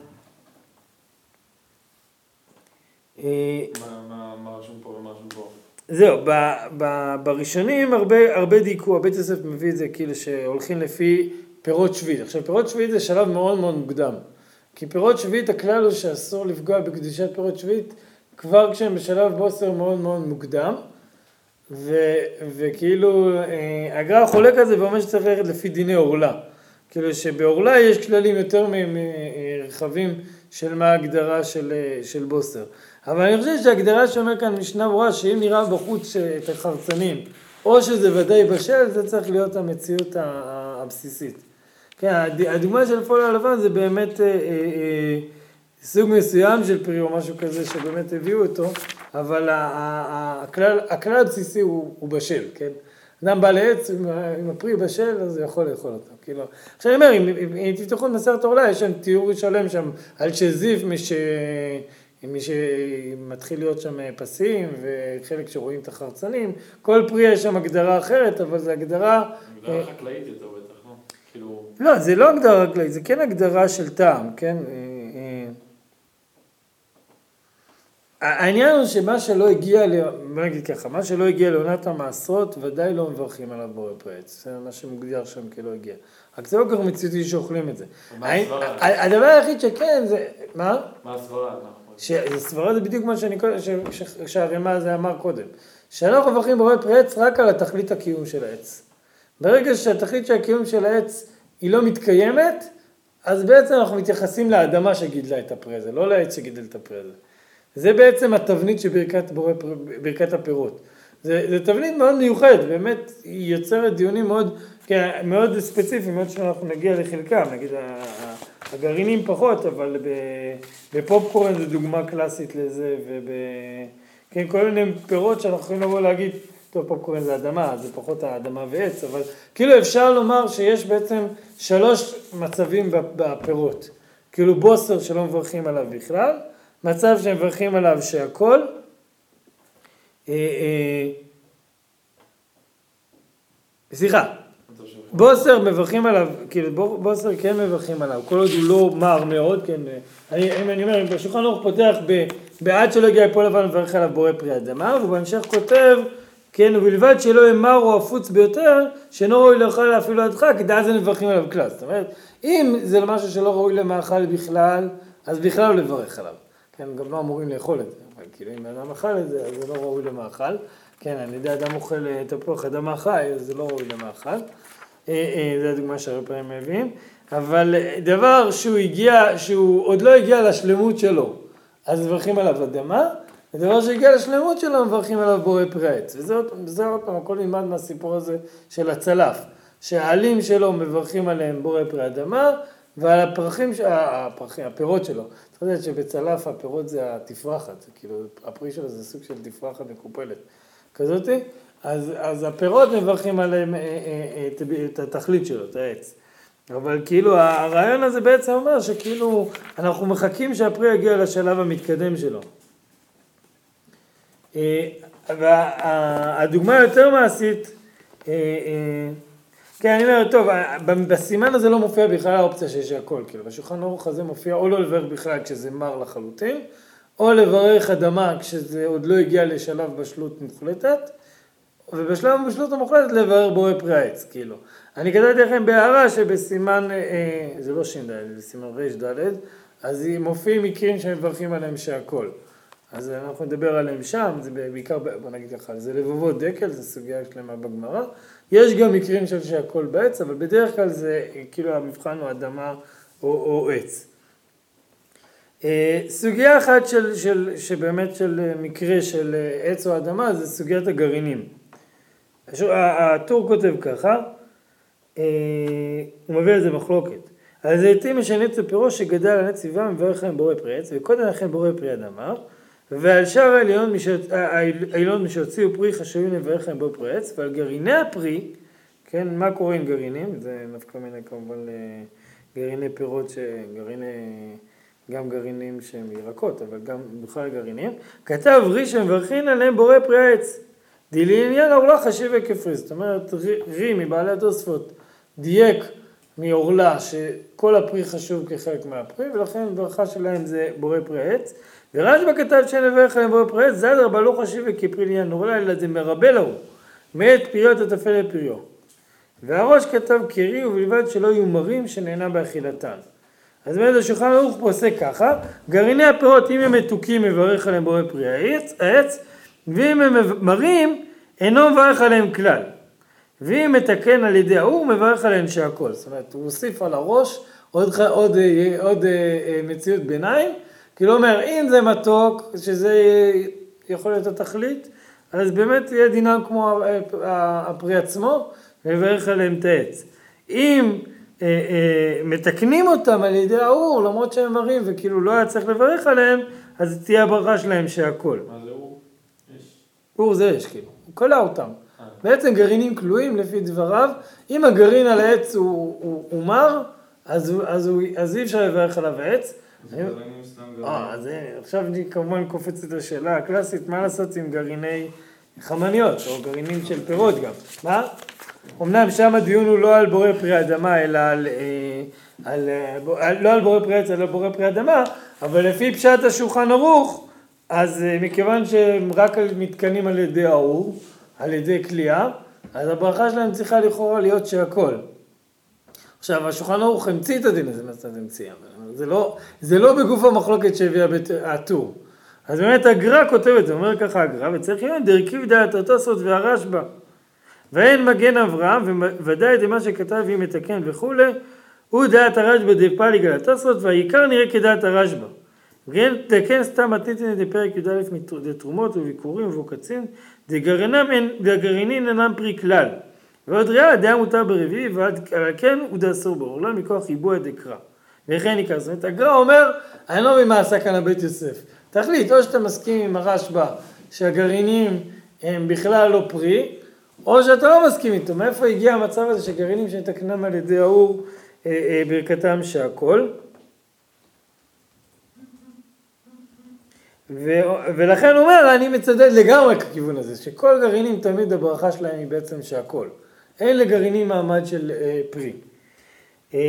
מה רשום פה ומה רשום פה? זהו, ב, ב, בראשונים הרבה, הרבה דייקו, הבית יוסף מביא את זה כאילו שהולכים לפי פירות שביעית. עכשיו, פירות שביעית זה שלב מאוד מאוד מוקדם. כי פירות שביעית, הכלל הוא שאסור לפגוע בקדושת פירות שביעית, כבר כשהם בשלב בוסר מאוד מאוד מוקדם. ו, וכאילו, הגר"א חולק על זה ואומר שצריך ללכת לפי דיני עורלה. כאילו שבעורלה יש כללים יותר מרחבים של מה ההגדרה של, של בוסר. אבל אני חושב שההגדרה שאומר כאן משנה ברורה, שאם נראה בחוץ את החרצנים, או שזה ודאי בשל, זה צריך להיות המציאות הבסיסית. כן, הדוגמה של פול הלבן זה באמת אה, אה, סוג מסוים של פרי או משהו כזה שבאמת הביאו אותו, אבל הכלל, הכלל הבסיסי הוא, הוא בשל, כן? אדם בא לעץ, עם הפרי בשל, אז הוא יכול לאכול אותו. כאילו, עכשיו אני אומר, אם, אם, אם תפתחו את מסכת עורלה, יש שם תיאור שלם שם על שזיף, מי ש... מי שמתחיל להיות שם פסים וחלק שרואים את החרצנים, כל פרי יש שם הגדרה אחרת, אבל זה הגדרה... הגדרה חקלאית יותר בטח, לא? כאילו... לא, זה לא הגדרה חקלאית, זה כן הגדרה של טעם, כן? העניין הוא שמה שלא הגיע, בוא נגיד ככה, מה שלא הגיע לעונת המעשרות, ודאי לא מברכים עליו בורא פרי עץ, זה מה שמוגדר שם כאילו הגיע. רק זה לא כך מציאותי שאוכלים את זה. מה הסברה? הדבר היחיד שכן זה... מה? מה הסברה? הסברה זה בדיוק מה שהרמ"א הזה אמר קודם. שאנחנו מברכים בורא פרי עץ רק על התכלית הקיום של העץ. ברגע שהתכלית של הקיום של העץ היא לא מתקיימת, אז בעצם אנחנו מתייחסים לאדמה שגידלה את הפרי הזה, לא לעץ שגידל את הפרי הזה. זה בעצם התבנית של ברכת, בורא, ברכת הפירות. זה, זה תבנית מאוד מיוחדת, באמת היא יוצרת דיונים מאוד, מאוד ספציפיים, מאוד שאנחנו נגיע לחלקם, נגיד הגרעינים פחות, אבל בפופקורן זה דוגמה קלאסית לזה, וב... כן, כל מיני פירות שאנחנו יכולים לבוא להגיד טוב, פה קוראים זה אדמה, זה פחות האדמה ועץ, אבל כאילו אפשר לומר שיש בעצם שלוש מצבים בפירות. כאילו בוסר שלא מברכים עליו בכלל, מצב שמברכים עליו שהכל, אה, אה, סליחה, בוסר מברכים עליו, כאילו בוסר כן מברכים עליו, כל עוד הוא לא מר מאוד, כן, אני, אני אומר, בשולחן ערוך פותח ב, בעד שלא הגיע לפה לבן מברך עליו בורא פרי אדמה, ובהמשך כותב, כן, ובלבד שלא יהיה מר או הפוץ ביותר, שאינו ראוי לאכול אפילו עדך, כי אז הם מברכים עליו כלל. זאת אומרת, אם זה משהו שלא ראוי למאכל בכלל, אז בכלל לא לברך עליו. כן, גם לא אמורים לאכול את זה, אבל כאילו אם אדם אכל את זה, אז זה לא ראוי למאכל. כן, אני יודע, אדם אוכל תפוח אדמה חי, אז זה לא ראוי למאכל. זה הדוגמה שהרבה פעמים מביאים. אבל דבר שהוא הגיע, שהוא עוד לא הגיע לשלמות שלו, אז מברכים עליו אדמה, ודבר שהגיע לשלמות שלו, מברכים עליו בורא פרי העץ. וזה עוד פעם, הכל נלמד מהסיפור הזה של הצלף, שהעלים שלו מברכים עליהם בורא פרי אדמה, ועל הפרחים, הפרחים, הפירות שלו. אתה יודע שבצלף הפירות זה התפרחת, כאילו הפרי שלו זה סוג של תפרחת מקופלת כזאתי, אז, אז הפירות מברכים עליהם את, את התכלית שלו, את העץ. אבל כאילו הרעיון הזה בעצם אומר שכאילו אנחנו מחכים שהפרי יגיע לשלב המתקדם שלו. והדוגמה היותר מעשית, כן, אני אומר, טוב, בסימן הזה לא מופיע בכלל האופציה שיש הכל, כאילו, בשולחן ערוך הזה מופיע או לא לברך בכלל כשזה מר לחלוטין, או לברך אדמה כשזה עוד לא הגיע לשלב בשלות מוחלטת, ובשלב בשלות המוחלטת לברך בורא פרי העץ, כאילו. אני כתבתי לכם בהערה שבסימן, זה לא שין ד', זה סימן רש ד', אז מופיעים מקרים שמברכים עליהם שהכל. אז אנחנו נדבר עליהם שם, זה בעיקר, בוא נגיד לך, זה לבבות דקל, זה סוגיה שלמה בגמרא. יש גם מקרים של שהכל בעץ, אבל בדרך כלל זה כאילו המבחן הוא אדמה או, או עץ. סוגיה אחת של, של, שבאמת של מקרה של עץ או אדמה, זה סוגיית הגרעינים. הטור כותב ככה, הוא מביא על זה מחלוקת. על זיתים משנה את הפירוש שגדל על עץ סביבה מברך להם בורא פרי עץ, וקודם לכן בורא פרי אדמה, ועל שאר העליון משהוציאו פרי חשובים לברך להם בורא פרי עץ, ועל גרעיני הפרי, כן, מה קורה עם גרעינים? זה נפקא מינה כמובן לגרעיני פירות, שגרעיני, גם גרעינים שהם ירקות, אבל גם בכלל גרעינים. כתב רי שמברכים עליהם בורא פרי העץ. דילעניין אורלה חשיב וכפרי, זאת אומרת, רי מבעלי התוספות דייק מאורלה שכל הפרי חשוב כחלק מהפרי, ולכן ברכה שלהם זה בורא פרי עץ. ורשב"א כתב שנברך עליהם בורא פרי עץ, זה אדרבה לא חשיב וכפרי לעניין אורלה, אלא זה מרבה לו, מאת פריות התפל לפריו. והראש כתב קרי ובלבד שלא יהיו מרים שנהנה באכילתן. אז באמת השולחן ערוך פוסק ככה, גרעיני הפירות אם הם מתוקים מברך עליהם בורא פרי העץ, ואם הם מרים, אינו מברך עליהם כלל. ואם מתקן על ידי האור, מברך עליהם שהכל. זאת אומרת, הוא הוסיף על הראש עוד, עוד, עוד מציאות ביניים, כי לא אומר, אם זה מתוק, שזה יכול להיות התכלית, אז באמת יהיה דינם כמו הפרי עצמו, מברך עליהם את העץ. אם אה, אה, מתקנים אותם על ידי האור, למרות שהם מרים, וכאילו לא היה צריך לברך עליהם, אז תהיה הברכה שלהם שהכל. מה זה אור? אור זה יש, כאילו, הוא קולע אותם. בעצם גרעינים כלואים לפי דבריו, אם הגרעין על העץ הוא, הוא, הוא מר, אז, אז, הוא, אז אי אפשר לברך עליו העץ. זה גרעינים סתם גרעינים. אה, אז עכשיו אני כמובן קופץ את השאלה הקלאסית, מה לעשות עם גרעיני חמניות, או גרעינים של פירות גם. מה? אמנם שם הדיון הוא לא על בורא פרי אדמה, אלא על, על, על, לא על בורא פרי עץ, אלא על בורא פרי אדמה, אבל לפי פשט השולחן ערוך, אז מכיוון שהם רק מתקנים על ידי האור, על ידי כלייה, אז הברכה שלהם צריכה לכאורה להיות שהכל. עכשיו, השולחן ערוך המציא את הדין הזה, מה זאת המציא? זה לא, זה לא בגוף המחלוקת שהביאה הטור. אז באמת הגר"א כותב את זה, אומר ככה הגר"א, וצריך להיות דרכיב דעת התוספות והרשב"א. ואין מגן אברהם, וודאי את מה שכתב אם מתקן וכו', הוא דעת הרשב"א דפליג על התוספות, והעיקר נראה כדעת הרשב"א. וכן, תקן סתם מתניתין דפרק י"א דתרומות וביקורים ובוקצין, דגרעינין אינם פרי כלל. ועוד ראה, דעה מותר ברביעי, ועל כן הוא דאסור בעורלה מכוח ריבוע דקרא. וכן עיקר, זאת אומרת, הגר"א אומר, אני לא מבין מה עשה כאן הבית יוסף. תחליט, או שאתה מסכים עם הרשב"א, שהגרעינים הם בכלל לא פרי, או שאתה לא מסכים איתו. מאיפה הגיע המצב הזה שגרעינים שנתקנם על ידי האור אה, אה, ברכתם שהכל? ו, ולכן הוא אומר, אני מצדד לגמרי ככיוון הזה, שכל גרעינים תמיד הברכה שלהם היא בעצם שהכל. אין לגרעינים מעמד של אה, פרי. אה,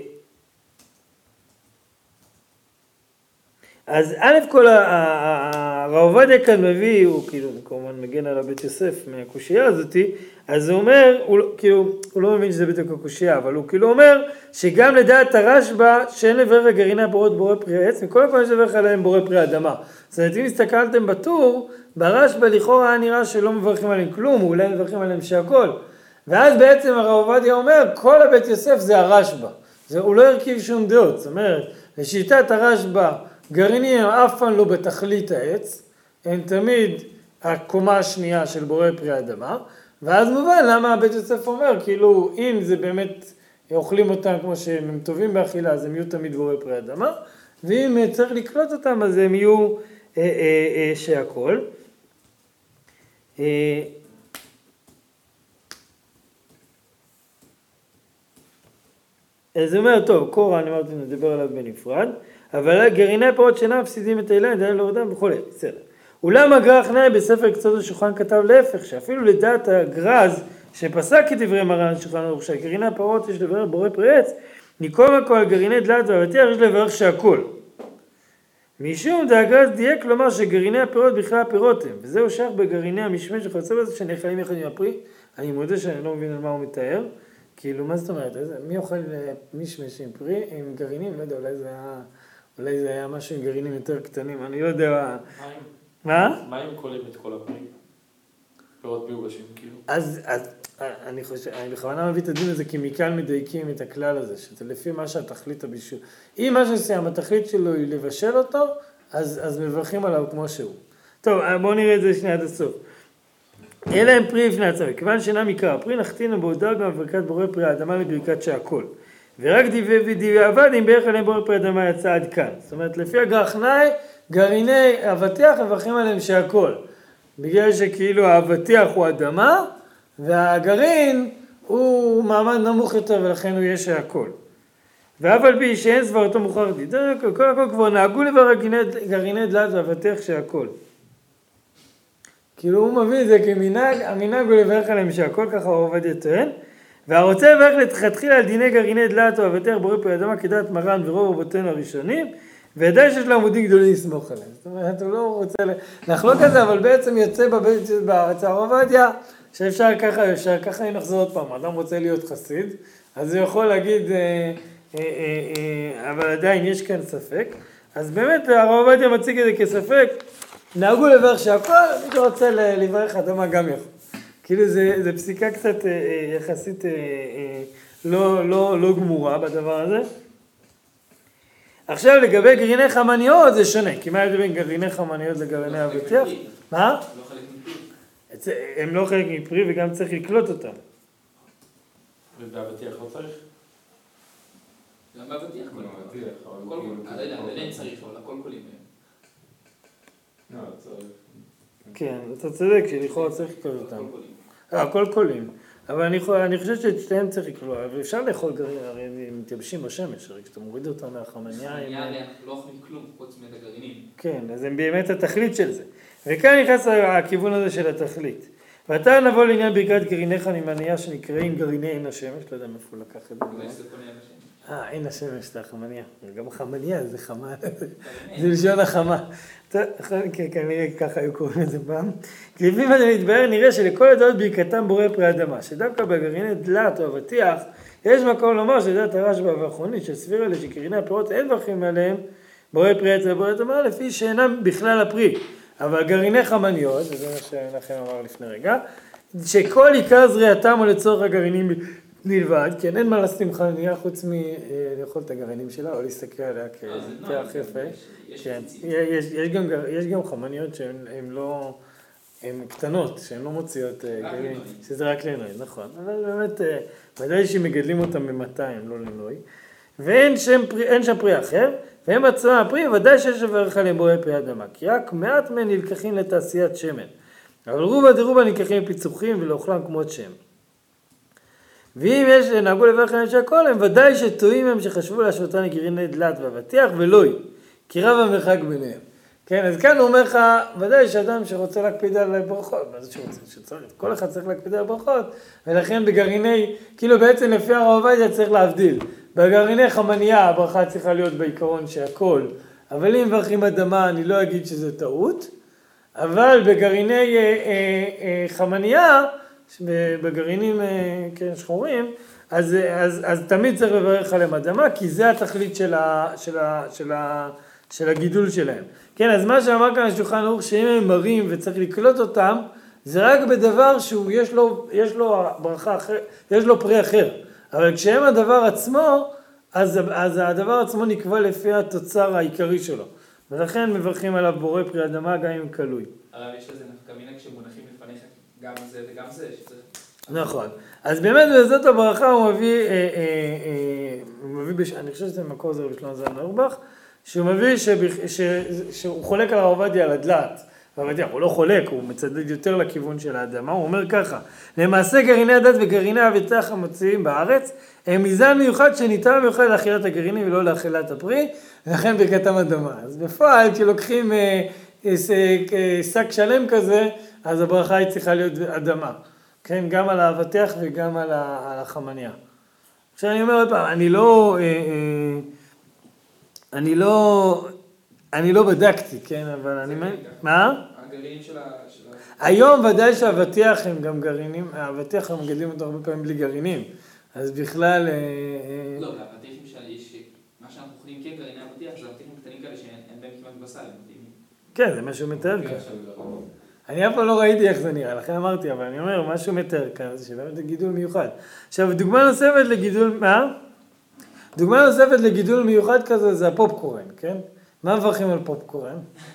אז א' כל הרב עובדיה כאן מביא, הוא כאילו כמובן מגן על הבית יוסף מהקושייה הזאתי, אז הוא אומר, הוא, כאילו, הוא לא מבין שזה בדיוק הקושייה, אבל הוא כאילו אומר שגם לדעת הרשב"א שאין לברך גרעיני הפירות בורא פרי עץ, מכל הפעמים יש לברך עליהם בורא פרי אדמה. זאת אומרת, אם הסתכלתם בטור, ברשב"א לכאורה היה נראה שלא מברכים עליהם כלום, או אולי מברכים עליהם שהכל. ואז בעצם הרב עובדיה אומר, כל הבית יוסף זה הרשב"א. זה, הוא לא הרכיב שום דעות, זאת אומרת, לשיטת הרשב"א, גרעינים הם אף פעם לא בתכלית העץ, הם תמיד הקומה השנייה של בורא פרי אדמה, ואז מובן למה הבית יוסף אומר, כאילו אם זה באמת אוכלים אותם כמו שהם טובים באכילה, אז הם יהיו תמיד בורא פרי אדמה, ואם צריך לקלוט אותם, אז הם יהיו אה, אה, אה, שהכל. אה, אז הוא אומר, טוב, קורא, אני אמרתי, נדבר עליו בנפרד, אבל גרעיני הפירות שאינם מפסידים את האילן, דיינים לעבודם וכו', בסדר. אולם הגר"א חנאי בספר קצות השולחן כתב להפך, שאפילו לדעת הגרז שפסק כדברי מרן שולחן ערוך, שגרעיני הפירות יש לברך בורא פרי עץ, מכל מקום על גרעיני דלת ואבטיח יש לברך שהכל. משום דהגר"א דייק לומר שגרעיני הפירות בכלל הפירות הם, וזהו שייך בגרעיני המשמש וכיוצא בזה שנאכלים יחד עם הפרי. אני מודה שאני לא מבין על מה הוא מתאר, כאילו מה זאת אומרת, מי אוכל משמש עם פרי, עם גרעינים, לא יודע, אולי זה היה, אולי זה היה משהו עם גרעינים יותר קטנים, אני לא יודע. מה? מה אם כוללים את כל הפרי? פירות מיובשים, כאילו? אז, אז אני חושב, אני בכוונה מביא את הדין הזה, כי מכאן מדייקים את הכלל הזה, שזה לפי מה שהתכלית הבישול. אם מה שסיים, התכלית שלו היא לבשל אותו, אז, אז מברכים עליו כמו שהוא. טוב, בואו נראה את זה שנייה עד הסוף. אלא הם פרי לפני עצמם, כיוון שאינם עיקר, פרי נחתינו בהודעה גם בברכת בורא פרי האדמה לברכת שהכל. ורק דיבי ודיבי עבד, אם בערך עליהם בורא פרי האדמה יצא עד כאן. זאת אומרת, לפי הגר"א חנאי, גרעיני אבטיח מברכים עליהם שהכל. בגלל שכאילו האבטיח הוא אדמה, והגרעין הוא מעמד נמוך יותר, ולכן הוא יהיה שהכל. ואף על פי שאין סברתו מוכרח דיד, כל הכל כבר נהגו לברך גרעיני דלת ואבטיח שהכל. כאילו הוא מביא את זה כמנהג, המנהג הוא לברך עליהם שהכל, ככה הוא עובד יותר. והרוצה לברך לתחילה על דיני גרעיני דלת ואבטיח בורא פרי אדמה כדעת מרן ורוב רבותינו הראשונים, וידע שיש לו עמודים גדולים לסמוך עליהם. זאת אומרת, הוא לא רוצה לחלוק על זה, אבל בעצם יוצא בארץ הרב עובדיה, שאפשר ככה, אפשר ככה, אם נחזור עוד פעם, אדם רוצה להיות חסיד, אז הוא יכול להגיד, אה, אה, אה, אבל עדיין יש כאן ספק. אז באמת הרב עובדיה מציג את זה כספק, נהגו לברך שהכל, מי שרוצה לברך אדמה גם יכול. כאילו זה, זה פסיקה קצת אה, יחסית אה, אה, לא, לא, לא גמורה בדבר הזה. עכשיו לגבי גרעיני חמניות זה שונה, כי מה ההבדל בין גרעיני חמניות לגרעיני אבטיח? מה? הם לא חלק מפרי וגם צריך לקלוט אותם. ובאבטיח לא צריך? גם באבטיח כל הכל. אני לא יודע, ביניהם צריך, אבל הכל קולים. לא, צריך. כן, אתה צודק שלכאורה צריך לקלוט אותם. הכל קולים. אבל אני, אני חושב שאת שתיהם צריך לקלוט, ואפשר לאכול גרעין, הרי הם מתייבשים בשמש, הרי כשאתה מוריד אותם מהחמניה... חמניה, הם לא אוכלים כלום, חוץ מאת הגרעינים. כן, אז הם באמת התכלית של זה. וכאן נכנס הכיוון הזה של התכלית. ועתה נבוא לעניין ברכת גרעיני חמניה שנקראים גרעיני עין השמש, לא יודע מאיפה לקח את זה. אולי זה כל עין השמש. אה, עין השמש, זה החמניה. גם החמניה זה חמה, זה לשון החמה. כנראה ככה היו קוראים את זה פעם. לפי מה שנתבהר נראה שלכל הדעות ברכתם בורא פרי אדמה, שדווקא בגרעיני דלת או אבטיח, יש מקום לומר שדעת הרשב"א והאחרונית שסבירה לי שגרעיני הפירות אין מברכים עליהם בורא פרי עץ ובורא אדמה, לפי שאינם בכלל הפרי. אבל גרעיני חמניות, וזה מה שלכם אמר לפני רגע, שכל עיקר זריעתם הוא לצורך הגרעינים נלבד, כן, אין מה לשים חמניה חוץ מלאכול את הגרעינים שלה, או להסתכל עליה כפרח יפה. יש גם חמניות שהן לא, הן קטנות, שהן לא מוציאות גרעינים, שזה רק לינוי, נכון. אבל באמת, ודאי שמגדלים אותם ב-מאתיים, לא לינוי. ואין שם פרי אחר, והם עצמם הפרי, ודאי שיש לברך עליהם בורא פרי אדמה, כי רק מעט מהם נלקחים לתעשיית שמן. אבל רובה דרובה ניקחים פיצוחים ולאוכלם כמות שם. ואם יש נהגו לברך אנשי הכל, הם ודאי שטועים הם שחשבו להשוותן לגרעיני דלת ואבטיח ולוי, כי רב המרחק ביניהם. כן, אז כאן הוא אומר לך, ודאי שאדם שרוצה להקפיד על ברכות, מה זה שרוצה? שצריך, כל אחד צריך להקפיד על ברכות, ולכן בגרעיני, כאילו בעצם לפי הרב עובדיה צריך להבדיל. בגרעיני חמניה הברכה צריכה להיות בעיקרון שהכל, אבל אם מברכים אדמה אני לא אגיד שזה טעות, אבל בגרעיני אה, אה, אה, חמניה, בגרעינים אה, כן, שחורים, אז, אז, אז תמיד צריך לברך עליהם אדמה, כי זה התכלית של, ה, של, ה, של, ה, של הגידול שלהם. כן, אז מה שאמר כאן השולחן ערוך, שאם הם מרים וצריך לקלוט אותם, זה רק בדבר שהוא, יש לו, יש לו ברכה אחר, יש לו פרי אחר. אבל כשהם הדבר עצמו, אז, אז הדבר עצמו נקבע לפי התוצר העיקרי שלו. ולכן מברכים עליו בורא פרי אדמה גם אם קלוי. הרב, יש לזה נפקא מינה כשמונחים לפניך גם זה וגם זה. נכון. אז באמת בזאת הברכה הוא מביא, אה, אה, אה, הוא מביא בש... אני חושב שזה מקור זה בשלום זן אורבך, שהוא מביא שבח... ש... שהוא חולק על הרב עובדיה על הדלת. הרב עובדיה, הוא לא חולק, הוא מצדד יותר לכיוון של האדמה, הוא אומר ככה, למעשה גרעיני הדת וגרעיני האבטיח המוצאים בארץ, הם מזן מיוחד שניתן מיוחד לאכילת הגרעינים ולא לאכילת הפרי, ולכן ברכתם אדמה. אז בפועל, כשלוקחים אה, אה, אה, שק שלם כזה, אז הברכה היא צריכה להיות אדמה. כן, גם על האבטיח וגם על החמניה. עכשיו אני אומר עוד פעם, אני לא, אני לא, אני לא בדקתי, כן, אבל אני, מה? הגרעינים של ה... היום ודאי שהאבטיח הם גם גרעינים, האבטיח הם מגדלים אותו הרבה פעמים בלי גרעינים, אז בכלל... לא, והאבטיחים שיש, מה שאנחנו אוכלים כגרעיני אבטיח, זה אבטיחים קטנים כאלה שאין בהם כמעט בשר, הם מתאימים. כן, זה משהו מתאר כאן. אני אף פעם לא ראיתי איך זה נראה, לכן אמרתי, אבל אני אומר, משהו מתאר כאן, זה שבאמת זה גידול מיוחד. עכשיו, דוגמה נוספת לגידול, מה? דוגמה נוספת לגידול מיוחד כזה, זה הפופקורן, כן? מה מברכים על פופקורן?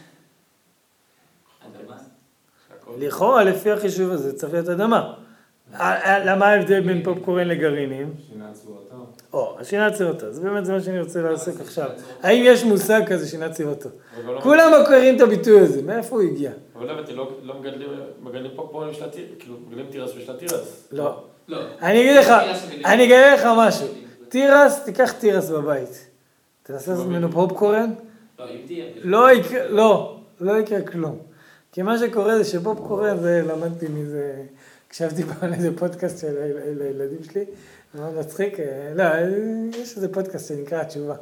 אדמה. לכאורה, לפי החישוב הזה, צריך להיות אדמה. למה ההבדל בין פופקורן לגרעינים? שינת צורתו. או, שינת צורתו, זה באמת זה מה שאני רוצה לעסוק עכשיו. האם יש מושג כזה שינת צורתו? כולם מכירים את הביטוי הזה, מאיפה הוא הגיע? אבל לא, לא מגדלים פופקורן של התירס, כאילו, מגדלים תירס ושל התירס. לא. אני אגיד לך, אני אגלה לך משהו. תירס, תיקח תירס בבית. תנסה לעשות ממנו פופקורן? לא יקרה, לא, לא יקרה כלום. כי מה שקורה זה שפופקורן, זה למדתי מזה, הקשבתי פעם לאיזה פודקאסט של הילדים שלי, מאוד מצחיק, לא, יש איזה פודקאסט שנקרא התשובה.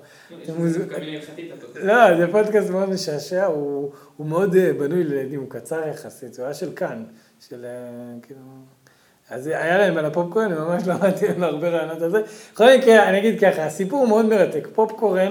לא, זה פודקאסט מאוד משעשע, הוא מאוד בנוי לילדים, הוא קצר יחסית, הוא היה של כאן, של כאילו... אז היה להם על הפופקורן, אני ממש למדתי להם הרבה רעיונות על זה. בכל מקרה, אני אגיד ככה, הסיפור מאוד מרתק, פופקורן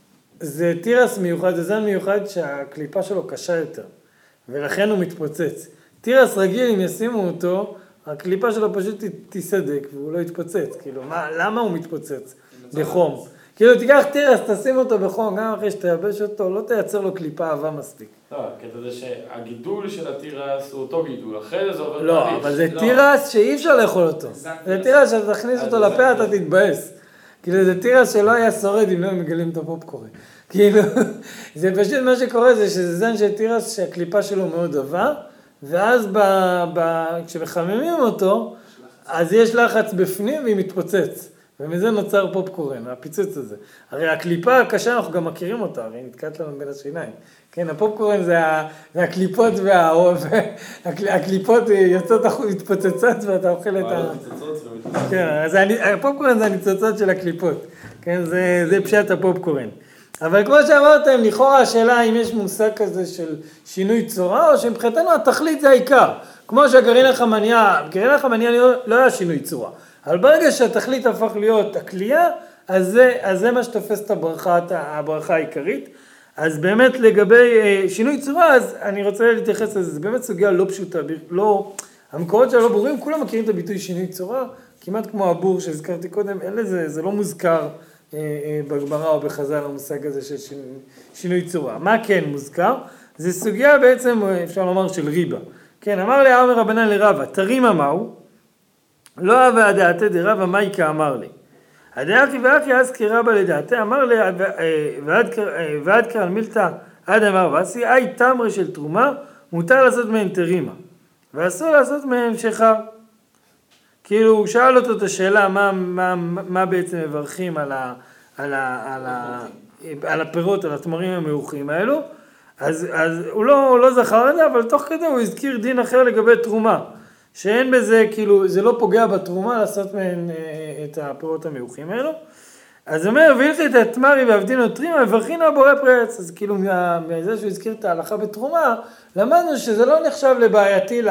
זה תירס מיוחד, זה זן מיוחד שהקליפה שלו קשה יותר, ולכן הוא מתפוצץ. תירס רגיל, אם ישימו אותו, הקליפה שלו פשוט תיסדק והוא לא יתפוצץ. כאילו, מה, למה הוא מתפוצץ? בחום. כאילו, תיקח תירס, תשים אותו בחום, גם אחרי שתייבש אותו, לא תייצר לו קליפה אהבה מספיק. לא, הקטע זה שהגידול של התירס הוא אותו גידול, אחרי זה עובר... לא, אבל זה תירס שאי אפשר לאכול אותו. זה תירס שאתה תכניס אותו לפה, אתה תתבאס. כאילו, זה תירס שלא היה שורד אם לא מגלים את הפופקורן. כאילו, זה פשוט מה שקורה זה שזה זן של תירס שהקליפה שלו מאוד עבה, ואז ב, ב, כשמחממים אותו, אז יש לחץ בפנים והיא מתפוצץ. ומזה נוצר פופקורן, הפיצוץ הזה. הרי הקליפה הקשה, אנחנו גם מכירים אותה, הרי נתקעת לנו בין השיניים. כן, הפופקורן זה, ה, זה הקליפות והאוב, הקליפות יוצאות מתפוצצות ואתה אוכל את ה... כן, אז הפופקורן זה הניצוצות של הקליפות. כן, זה, זה פשט הפופקורן. אבל כמו שאמרתם, לכאורה השאלה אם יש מושג כזה של שינוי צורה, או שמבחינתנו התכלית זה העיקר. כמו שהגרעין החמניה, גרעין החמניה לא היה שינוי צורה. אבל ברגע שהתכלית הפך להיות הכלייה, אז זה, אז זה מה שתופס את הברכה, הברכה העיקרית. אז באמת לגבי שינוי צורה, אז אני רוצה להתייחס לזה, זה באמת סוגיה לא פשוטה, לא, המקורות שלה לא ברורים, כולם מכירים את הביטוי שינוי צורה, כמעט כמו הבור שהזכרתי קודם, אלה זה, זה לא מוזכר בגמרא או בחז"ל המושג הזה של שינוי צורה. מה כן מוזכר? זה סוגיה בעצם, אפשר לומר, של ריבה. כן, אמר לי אמר רבנן לרבא, תרימה מהו? לא אהבה הדעתי דרבא מייקה אמר לי. הדעתי ואחי אז כרבא לדעתי, אמר לי, ועד קרן מילתא עד אמר ועשי, אי תמרה של תרומה, מותר לעשות מהן תרימה. ואסור לעשות מהם שחר. כאילו הוא שאל אותו את השאלה מה, מה, מה בעצם מברכים על, ה, על, ה, על, ה, על הפירות, על התמרים המאוחים האלו, אז, אז הוא, לא, הוא לא זכר את זה, אבל תוך כדי הוא הזכיר דין אחר לגבי תרומה, שאין בזה, כאילו, זה לא פוגע בתרומה לעשות מהן את הפירות המאוחים האלו. אז הוא אומר, והלכי את התמרי ועבדין נותרים, מברכינו בורא פרי עץ. אז כאילו, מזה שהוא הזכיר את ההלכה בתרומה, למדנו שזה לא נחשב לבעייתי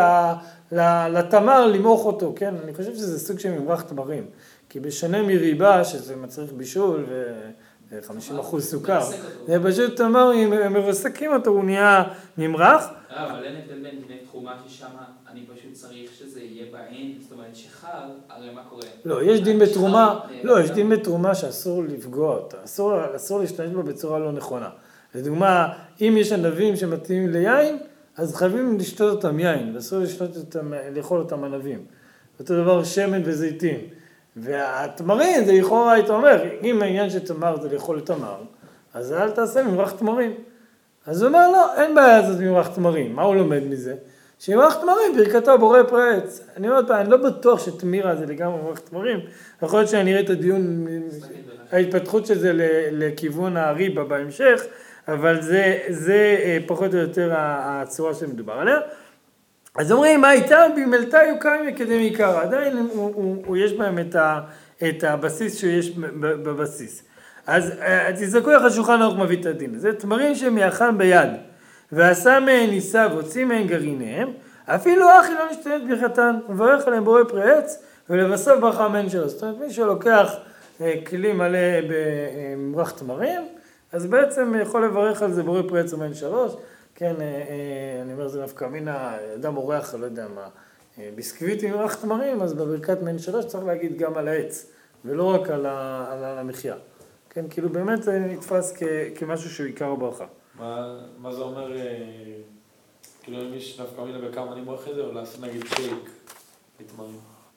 לתמר למעוך אותו, כן? אני חושב שזה סוג של ממרח תמרים. כי בשונה מריבה, שזה מצריך בישול ו-חמישים אחוז סוכר, זה פשוט תמר, אם מרוסקים אותו, הוא נהיה ממרח. אבל אין הבדל בין דיני תרומה ששם אני פשוט צריך שזה יהיה בעין, זאת אומרת שחר, הרי מה קורה? לא, יש דין בתרומה, לא, יש דין בתרומה שאסור לפגוע אותה, אסור, אסור להשתמש בה בצורה לא נכונה. לדוגמה, אם יש ענבים שמתאימים ליין, אז חייבים לשתות אותם יין, ואסור לשתות אותם, לאכול אותם ענבים. אותו דבר שמן וזיתים. והתמרים, זה לכאורה, היית אומר, אם העניין של תמר זה לאכול את תמר, אז אל תעשה ממרח תמרים. אז הוא אומר, לא, אין בעיה זאת ממרח תמרים. מה הוא לומד מזה? שממרח תמרים, ברכתו בורא פרי עץ. אני אומר פעם, אני לא בטוח שתמירה זה לגמרי ממרח תמרים. יכול להיות שאני אראה את הדיון, ההתפתחות של זה לכיוון הריבה בהמשך, אבל זה, זה פחות או יותר הצורה שמדובר עליה. אז אומרים, מה איתם? במלתה יוקיים כדי מעיקר. עדיין הוא, הוא, הוא יש בהם את, ה, את הבסיס שיש בבסיס. אז תזכו איך השולחן ערוך מביא את הדין. זה תמרים שמייחם ביד, ועשה מהן ניסה והוציא מהן גרעיניהם, אפילו אחי לא נשתנת ברכתן, מברך עליהם בורא פרי עץ, ולבסוף ברכה מן שלו. זאת אומרת, מי שלוקח כלי מלא במרח תמרים, אז בעצם יכול לברך על זה בורא פרי עץ ומן שלוש. כן, אני אומר, זה נפקא מינה, אדם אורח, לא יודע מה, ביסקוויט עם מרח תמרים, אז בברכת מן שלוש צריך להגיד גם על העץ, ולא רק על, ה, על המחיה. כן, כאילו באמת זה נתפס כ, כמשהו שהוא עיקר הברכה. מה, מה זה אומר, כאילו אם יש נפקא מינה בכמה אני מורך את זה, או לעשות נגיד שייק מתמרים?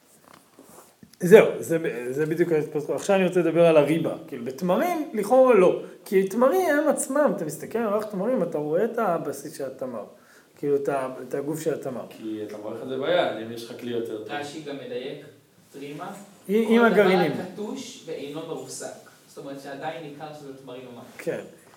זהו, זה, זה בדיוק ההתפתחות. עכשיו אני רוצה לדבר על הריבה. כאילו בתמרים, לכאורה לא. כי תמרים הם עצמם, אתה מסתכל על מרח תמרים, אתה רואה את הבסיס של התמר. כאילו את הגוף של התמר. כי אתה מורך את זה ביד, אם יש לך כלי יותר טוב. רש"י גם מדייק, טרימה, עם הגרעינים. כל דבר קטוש ואינו מרוסק. זאת אומרת שעדיין ניכר שזה תמרים ממש. כן.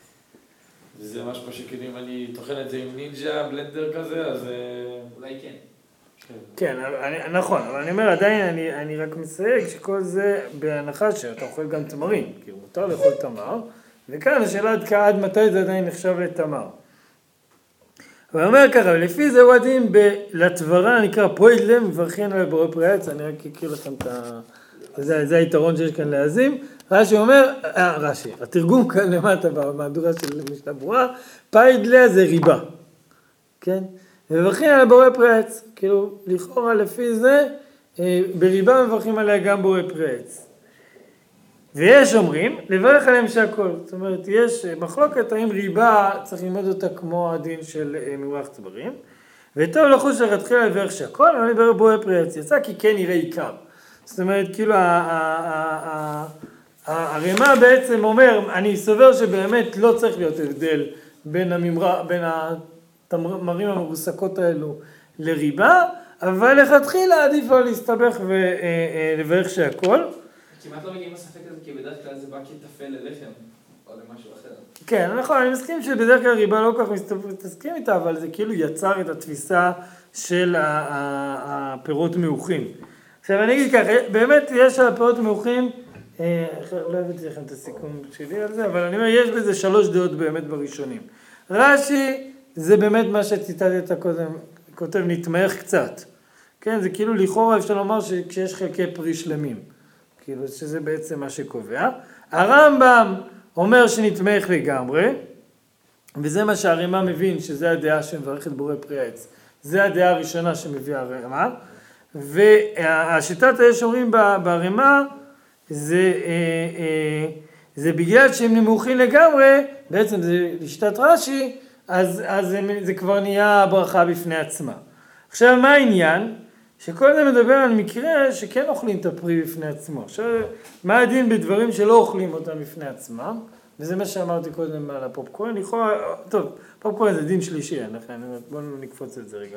זה משהו שכאילו אם אני טוחן את זה עם נינג'ה, בלנדר כזה, אז... אולי כן. כן, אני, נכון, אבל אני אומר, עדיין אני, אני רק מסייג שכל זה בהנחה שאתה אוכל גם תמרים, כאילו מותר לאכול תמר, וכאן השאלה עד, עד מתי זה עדיין נחשב לתמר. הוא אומר ככה, ולפי זה הוא הדין לתברה, נקרא פועד לם, מברכין על בורא פרי עץ, אני רק אקריא לכם את ה... זה, זה היתרון שיש כאן להזים. רש"י אומר, אה, רש"י, התרגום כאן למטה במהדורה של משנה ברורה, פועד לה זה ריבה, כן? מברכים על בורא פרי עץ, כאילו לכאורה לפי זה, בריבה מברכים עליה גם בורא פרי עץ. ויש אומרים, לברך עליהם שהכל, זאת אומרת, יש מחלוקת האם ריבה צריך ללמוד אותה כמו הדין של ממרח תמרים, וטוב לחוש לכתחילה לברך שהכל, אבל לברך בורא פרי עץ, יצא כי כן יראה עיקר. זאת אומרת, כאילו הרמה בעצם אומר, אני סובר שבאמת לא צריך להיות הבדל בין הממרח, בין ה... תמרים המרוסקות האלו לריבה, אבל לכתחילה עדיף לא להסתבך ולברך שהכל. כמעט לא מגיעים לספק הזה, כי בדרך כלל זה בא כתפל ללחם, או למשהו אחר. כן, נכון, אני מסכים שבדרך כלל ריבה לא כל כך מסתסכים איתה, אבל זה כאילו יצר את התפיסה של הפירות מאוחים. עכשיו אני אגיד ככה, באמת יש על הפירות מאוחים, לא הבאתי לכם את הסיכום שלי על זה, אבל אני אומר, יש בזה שלוש דעות באמת בראשונים. רש"י, זה באמת מה שציטטת קודם, כותב נתמך קצת. כן, זה כאילו לכאורה אפשר לומר שכשיש חלקי פרי שלמים. כאילו שזה בעצם מה שקובע. הרמב"ם אומר שנתמך לגמרי, וזה מה שהרמ"א מבין, שזה הדעה שמברכת בורא פרי העץ. זה הדעה הראשונה שמביאה הרמ"א. והשיטת יש אומרים ברמ"א, זה, זה בגלל שהם נמוכים לגמרי, בעצם זה לשיטת רש"י, אז, אז זה, זה כבר נהיה ברכה בפני עצמה. עכשיו, מה העניין? שכל זה מדבר על מקרה שכן אוכלים את הפרי בפני עצמו. עכשיו, מה הדין בדברים שלא אוכלים אותם בפני עצמם? וזה מה שאמרתי קודם על הפופקורן. לכאורה, טוב, פופקורן זה דין שלישי, בואו נקפוץ את זה רגע.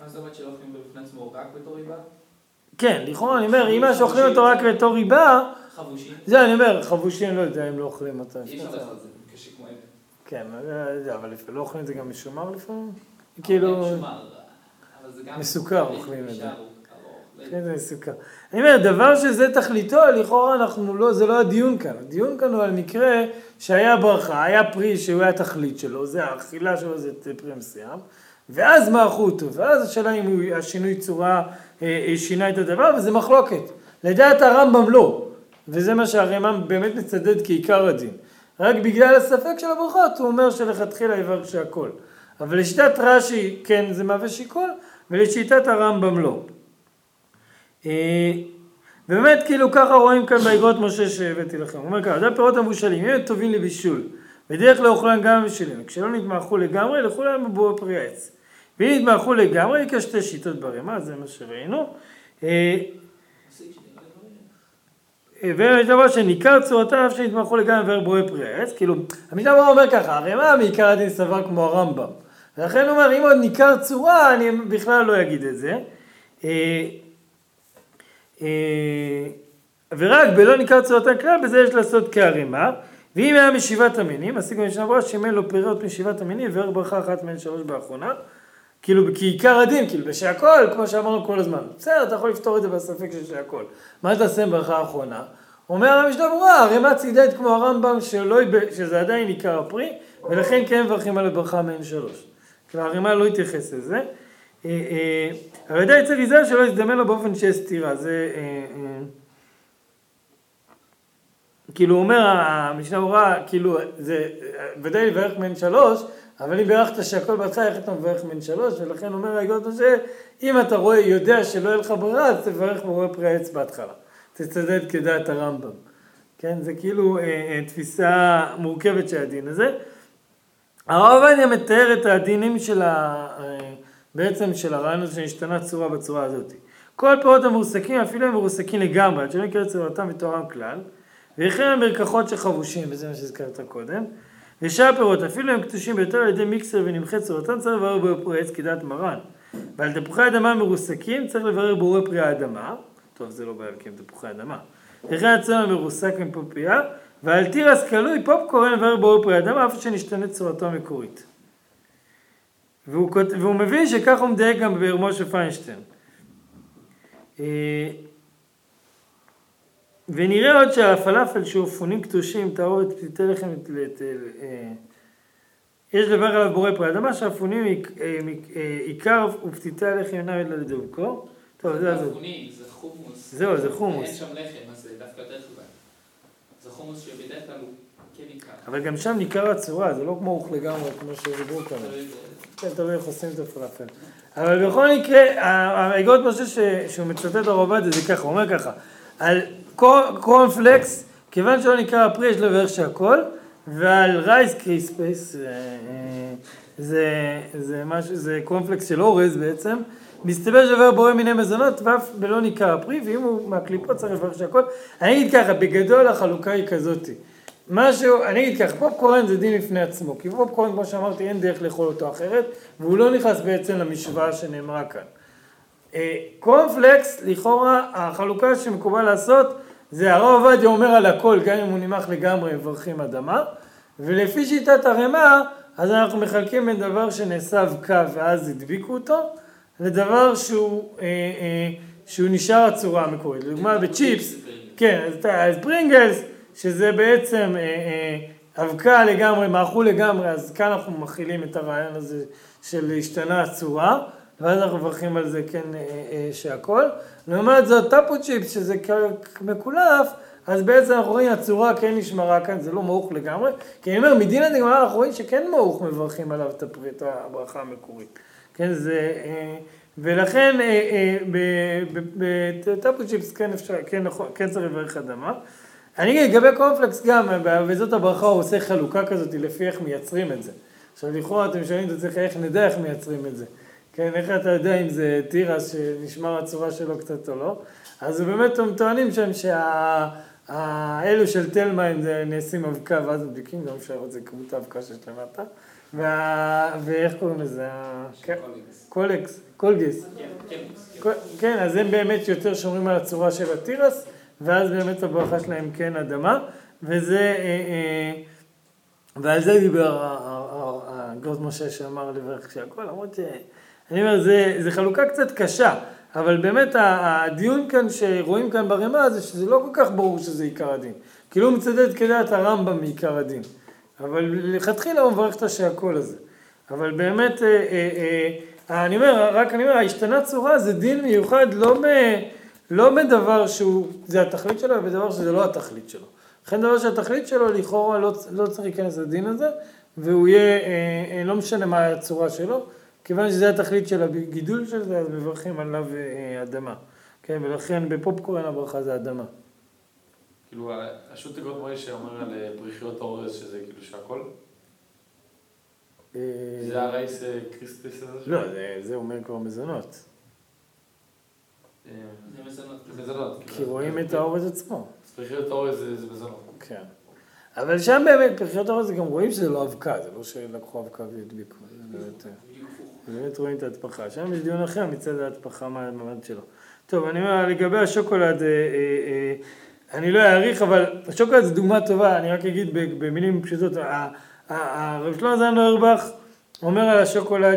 מה זאת אומרת שלא אוכלים אותו בפני עצמו רק בתור ריבה? כן, לכאורה אני אומר, אם שאוכלים אותו רק בתור ריבה, חבושים? זה אני אומר, חבושים לא יודע אם לא אוכלים אותו. אי אפשר לאכול את זה, קשה כמו אבן. כן, אבל לא אוכלים את זה גם משומר לפעמים? כאילו... מסוכר אוכלים את זה. כן, זה מסוכר. אני אומר, דבר שזה תכליתו, לכאורה אנחנו לא, זה לא הדיון כאן. הדיון כאן הוא על מקרה שהיה ברכה, היה פרי שהוא היה תכלית שלו, זה האכילה שלו, זה פרי מסוים, ואז מערכו אותו, ואז השאלה אם השינוי צורה שינה את הדבר, וזה מחלוקת. לדעת הרמב"ם לא, וזה מה שהרמב"ם באמת מצדד כעיקר הדין. רק בגלל הספק של הברכות, הוא אומר שלכתחילה יברך שהכל. אבל לשיטת רש"י, כן, זה מהווה שיקול, ולשיטת הרמב"ם לא. ובאמת, כאילו, ככה רואים כאן באגרות משה שהבאתי לכם. הוא אומר ככה, זה הפירות המבושלים, הם טובים לבישול, בדרך כלל אוכלם גם בשלים, וכשלא נתמעכו לגמרי, לכו להם בבואי פרי העץ. ואם נתמעכו לגמרי, יקרה שתי שיטות ברמה, זה מה שראינו. והמשנה שניכר צורתה אף שנתמעכו לגמרי ובואי פרי העץ, כאילו, המשנה אומר ככה, הרמה מעיקר הדין סבר כמו הרמב"ם. ולכן הוא אומר, אם עוד ניכר צורה, אני בכלל לא אגיד את זה. ורק בלא ניכר צורתן כלל, בזה יש לעשות כהרימה. ואם היה משבעת המינים, הסיג במשנה ברורה, שאם אין לו פירות משבעת המינים, וערך ברכה אחת מהן שלוש באחרונה, כאילו כעיקר הדין, כאילו בשהכל, כמו שאמרנו כל הזמן. בסדר, אתה יכול לפתור את זה בספק של שהכל. מה תעשה ברכה האחרונה? אומר המשנה ברורה, הרימה צידדת כמו הרמב"ם, שלא, שזה עדיין עיקר הפרי, ולכן כן מברכים על הברכה מהן שלוש. כאילו הרימה לא התייחס לזה. אבל עדיין צריך להיזהר שלא יזדמן לו באופן שיש סתירה. זה... כאילו הוא אומר, המשנה ברורה, כאילו, זה ודאי לברך מן שלוש, אבל אם ברכת שהכל בהתחלה, איך אתה מברך מן שלוש, ולכן אומר האגרות משה, אם אתה רואה, יודע שלא יהיה לך ברירה, אז תברך בורא פרי העץ בהתחלה. תצדד כדעת הרמב"ם. כן, זה כאילו אה, אה, תפיסה מורכבת של הדין הזה. הרב עובדיה מתאר את הדינים של ה... אה, בעצם של הרעיון הזה שנשתנה צורה בצורה הזאת. כל פירות המרוסקים, אפילו הם מרוסקים לגמרי, עד שלא יקרה צורתם ותוארם כלל, וכן המרקחות שחבושים, וזה מה שהזכרת קודם, ושאר פירות, אפילו הם קטושים ביותר על ידי מיקסר ונמחי צורתם, צריך לברר בורא פרי העץ כדעת מרן. ועל תפוחי אדמה מרוסקים, צריך לברר בורא פרי האדמה, טוב, זה לא בעיה כי הם תפוחי אדמה, וכן הצמר מרוסק עם פופיה, ועל תירס כלוי פופקורן לברר בורא פרי האדמה, אף שנשתנה צורתו המקורית. והוא, והוא מבין שכך הוא מדייק גם ברמו של פיינשטיין. ונראה עוד שהפלאפל שאופונים קטושים, תערובת פתיתי לחם, יש לדבר עליו בורא פרי אדמה, שהאפונים עיקר ופתיתי לחם אינם אלא לדבקו. טוב, זה זה. זה חומוס. זהו, זה חומוס. אין שם לחם, אז זה דווקא יותר חבל. זה חומוס שבדרך כלל הוא כן עיקר. אבל גם שם ניכר הצורה, זה לא כמו אוכל לגמרי, כמו שדיברו כאן. כן, תלוי איך עושים את הפלאפל. אבל בכל מקרה, האגרות משה שהוא מצטט הרב עובדיה זה ככה, הוא אומר ככה, על קורנפלקס, כיוון שלא נקרא הפרי, יש לו בערך שהכל, ועל רייס קריספס, זה משהו, זה קורנפלקס של אורז בעצם, מסתבר שעבר בורא מיני מזונות, ואף בלא נקרא הפרי, ואם הוא מהקליפות צריך לברך שהכל. אני אגיד ככה, בגדול החלוקה היא כזאת. משהו, אני אגיד ככה, פופקורן זה דין לפני עצמו, כי פופקורן, כמו שאמרתי, אין דרך לאכול אותו אחרת, והוא לא נכנס בעצם למשוואה שנאמרה כאן. קורנפלקס, לכאורה, החלוקה שמקובל לעשות, זה הרב עובדיה אומר על הכל, גם אם הוא נמח לגמרי, מברכים אדמה, ולפי שיטת הרמה, אז אנחנו מחלקים בין דבר שנעשה אבקה ואז הדביקו אותו, לדבר שהוא, אה, אה, שהוא נשאר הצורה המקורית. לדוגמה, בצ'יפס, כן, אז פרינגלס, שזה בעצם אבקה לגמרי, מאכול לגמרי, אז כאן אנחנו מכילים את הרעיון הזה של השתנה הצורה, ואז אנחנו מברכים על זה כן שהכל. לעומת זאת, טאפו צ'יפס, שזה מקולף, אז בעצם אנחנו רואים הצורה כן נשמרה כאן, זה לא מעוך לגמרי, כי אני אומר, מדין הדגמרא אנחנו רואים שכן מעוך מברכים עליו את הברכה המקורית. כן, זה... ולכן בטאפו צ'יפס כן אפשר, כן צריך לברך אדמה. אני אגיד, לגבי קורנפלקס גם, וזאת הברכה, הוא עושה חלוקה כזאת לפי איך מייצרים את זה. עכשיו, לכאורה אתם שואלים, אתה צריך איך נדע איך מייצרים את זה. כן, איך אתה יודע אם זה תירס שנשמר הצורה שלו קצת או לא. אז באמת הם טוענים שם שהאלו של תל מים זה נעשים אבקה, ואז מדליקים, גם אפשר לראות זה כמות האבקה שיש למטה. ואיך קוראים לזה? קולגס. קולגס, קולגס. כן, קלגס. כן, אז הם באמת יותר שומרים על הצורה של התירס, ואז באמת הברכה שלהם כן אדמה, וזה, ועל זה דיבר הגאוז משה שאמר לברך שהכל, למרות שאני אומר, זה חלוקה קצת קשה, אבל באמת הדיון כאן שרואים כאן ברמה זה שזה לא כל כך ברור שזה עיקר הדין. כאילו הוא מצדד כדעת הרמב"ם מעיקר הדין. אבל לכתחילה הוא מברך את השהכל הזה. אבל באמת, אני אומר, רק אני אומר, ההשתנה צורה זה דין מיוחד לא, ב, לא בדבר שהוא, זה התכלית שלו, אלא בדבר שזה לא התכלית שלו. לכן דבר שהתכלית שלו, לכאורה לא, לא צריך להיכנס לדין הזה, והוא יהיה, לא משנה מה הצורה שלו, כיוון שזה התכלית של הגידול של זה, אז מברכים עליו אדמה. כן, ולכן בפופקורן הברכה זה אדמה. כאילו, השו"ת אגרות מורי שאומר על פריחיות אורז, שזה כאילו שהכל? זה הרייס קריסטיס הזה? לא, זה אומר כבר מזונות. זה מזונות. זה מזונות. כי רואים את האורז עצמו. פריחיות אורז זה מזונות. כן. אבל שם באמת, פריחיות אורז גם רואים שזה לא אבקה, זה לא שלקחו אבקה והדביקו. באמת רואים את ההתפחה. שם יש דיון אחר מצד ההתפחה מה המעמד שלו. טוב, אני אומר, לגבי השוקולד, אני לא אעריך, אבל השוקולד זה דוגמה טובה, אני רק אגיד במילים פשוטות, הרב שלמה זלמן אוירבך אומר על השוקולד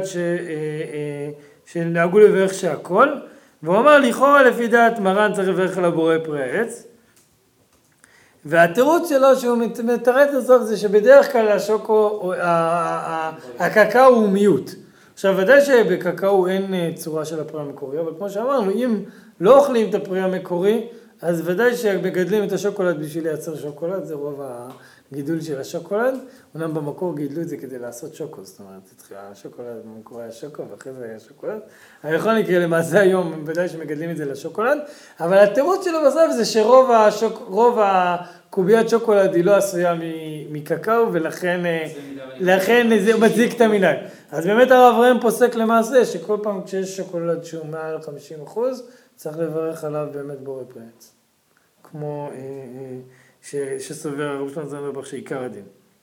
שנהגו לברך שהכל, והוא אמר לכאורה לפי דעת מרן צריך לברך על הבורא פרי העץ, והתירוץ שלו שהוא מתרץ לסוף זה שבדרך כלל השוקו, הקקאו הוא מיעוט. עכשיו ודאי שבקקאו אין צורה של הפרי המקורי, אבל כמו שאמרנו, אם לא אוכלים את הפרי המקורי, אז ודאי שמגדלים את השוקולד בשביל לייצר שוקולד, זה רוב הגידול של השוקולד. אומנם במקור גידלו את זה כדי לעשות שוקו, זאת אומרת, השוקולד במקור היה שוקו ואחרי זה היה שוקולד. אבל בכל מקרה למעשה היום ודאי שמגדלים את זה לשוקולד, אבל התירוץ שלו בסוף זה שרוב השוק, רוב הקוביית שוקולד היא לא עשויה מקקאו, ולכן לכן זה מצדיק את המנהג. אז באמת הרב ראם פוסק למעשה שכל פעם כשיש שוקולד שהוא מעל חמישים אחוז, צריך לברך עליו באמת בורא פרי עץ. כמו אה, אה, ש, שסובר הרב שלמה זלמן אוירבך שעיקר הדין.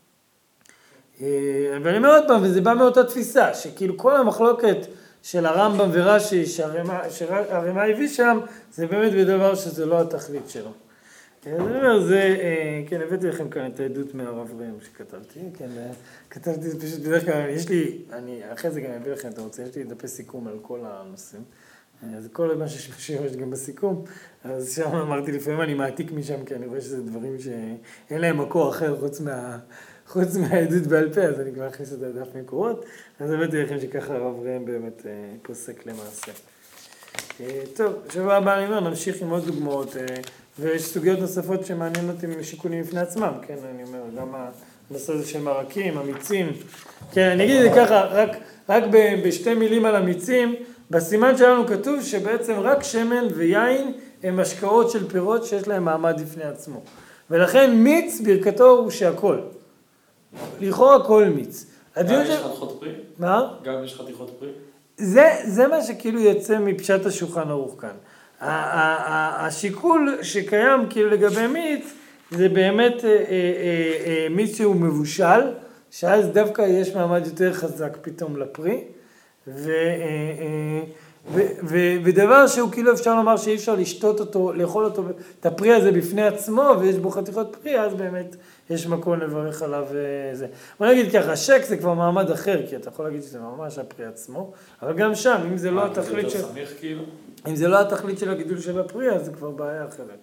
אה, ואני אומר עוד פעם, וזה בא מאותה תפיסה, שכאילו כל המחלוקת של הרמב"ם ורש"י שהרמ"א הביא שם, זה באמת בדבר שזה לא התכלית שלו. אז אני אומר, זה, אה, כן, הבאתי לכם כאן את העדות מהרב ראם שכתבתי, כן, כתבתי פשוט בדרך כלל, יש לי, אני אחרי זה גם אביא לכם, אתה רוצה, יש לי דפי סיכום על כל הנושאים. אז כל מה שיש בשיעור יש גם בסיכום, אז שם אמרתי לפעמים אני מעתיק משם, כי אני רואה שזה דברים שאין להם מקור אחר חוץ, מה, חוץ מהעדות בעל פה, אז אני כבר אכניס את הדף מקורות, אז הבאתי לכם שככה הרב ראם באמת פוסק למעשה. טוב, שבוע הבא אני אומר, נמשיך עם עוד דוגמאות, ויש סוגיות נוספות שמעניין אותי משיקולים לפני עצמם, כן, אני אומר, גם הנושא הזה של מרקים, המיצים, כן, אני אגיד את זה ככה, רק, רק בשתי מילים על המיצים, בסימן שלנו כתוב שבעצם רק שמן ויין הם השקעות של פירות שיש להם מעמד לפני עצמו. ולכן מיץ ברכתו הוא שהכל. לכאורה כל מיץ. גם יש חתיכות פרי? מה? גם יש חתיכות פרי? זה, זה מה שכאילו יוצא מפשט השולחן ערוך כאן. השיקול שקיים כאילו לגבי מיץ, זה באמת מיץ שהוא מבושל, שאז דווקא יש מעמד יותר חזק פתאום לפרי. ו, ו, ו, ודבר שהוא כאילו אפשר לומר שאי אפשר לשתות אותו, לאכול אותו, את הפרי הזה בפני עצמו, ויש בו חתיכות פרי, אז באמת יש מקום לברך עליו וזה. בוא נגיד ככה, שק זה כבר מעמד אחר, כי אתה יכול להגיד שזה ממש הפרי עצמו, אבל גם שם, אם זה לא התכלית של... סמיך, כאילו? אם זה לא התכלית של הגידול של הפרי, אז זה כבר בעיה אחרת.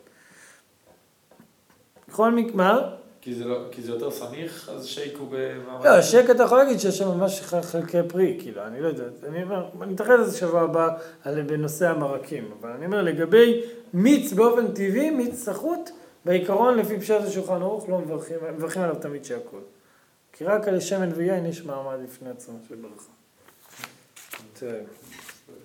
בכל מקרה, מה? כי זה, לא, כי זה יותר סמיך, אז שייק הוא במעמד... לא, שייק אתה יכול להגיד שיש שם ממש חלקי פרי, כאילו, אני לא יודע, אני אומר, אני מתייחס לזה שבוע הבא בנושא המרקים, אבל אני אומר, לגבי מיץ באופן טבעי, מיץ סחוט, בעיקרון לפי פשט השולחן ערוך לא מברכים, מברכים עליו תמיד שהכל. כי רק על שמן ויין יש מעמד לפני עצמו של ברכה. טוב.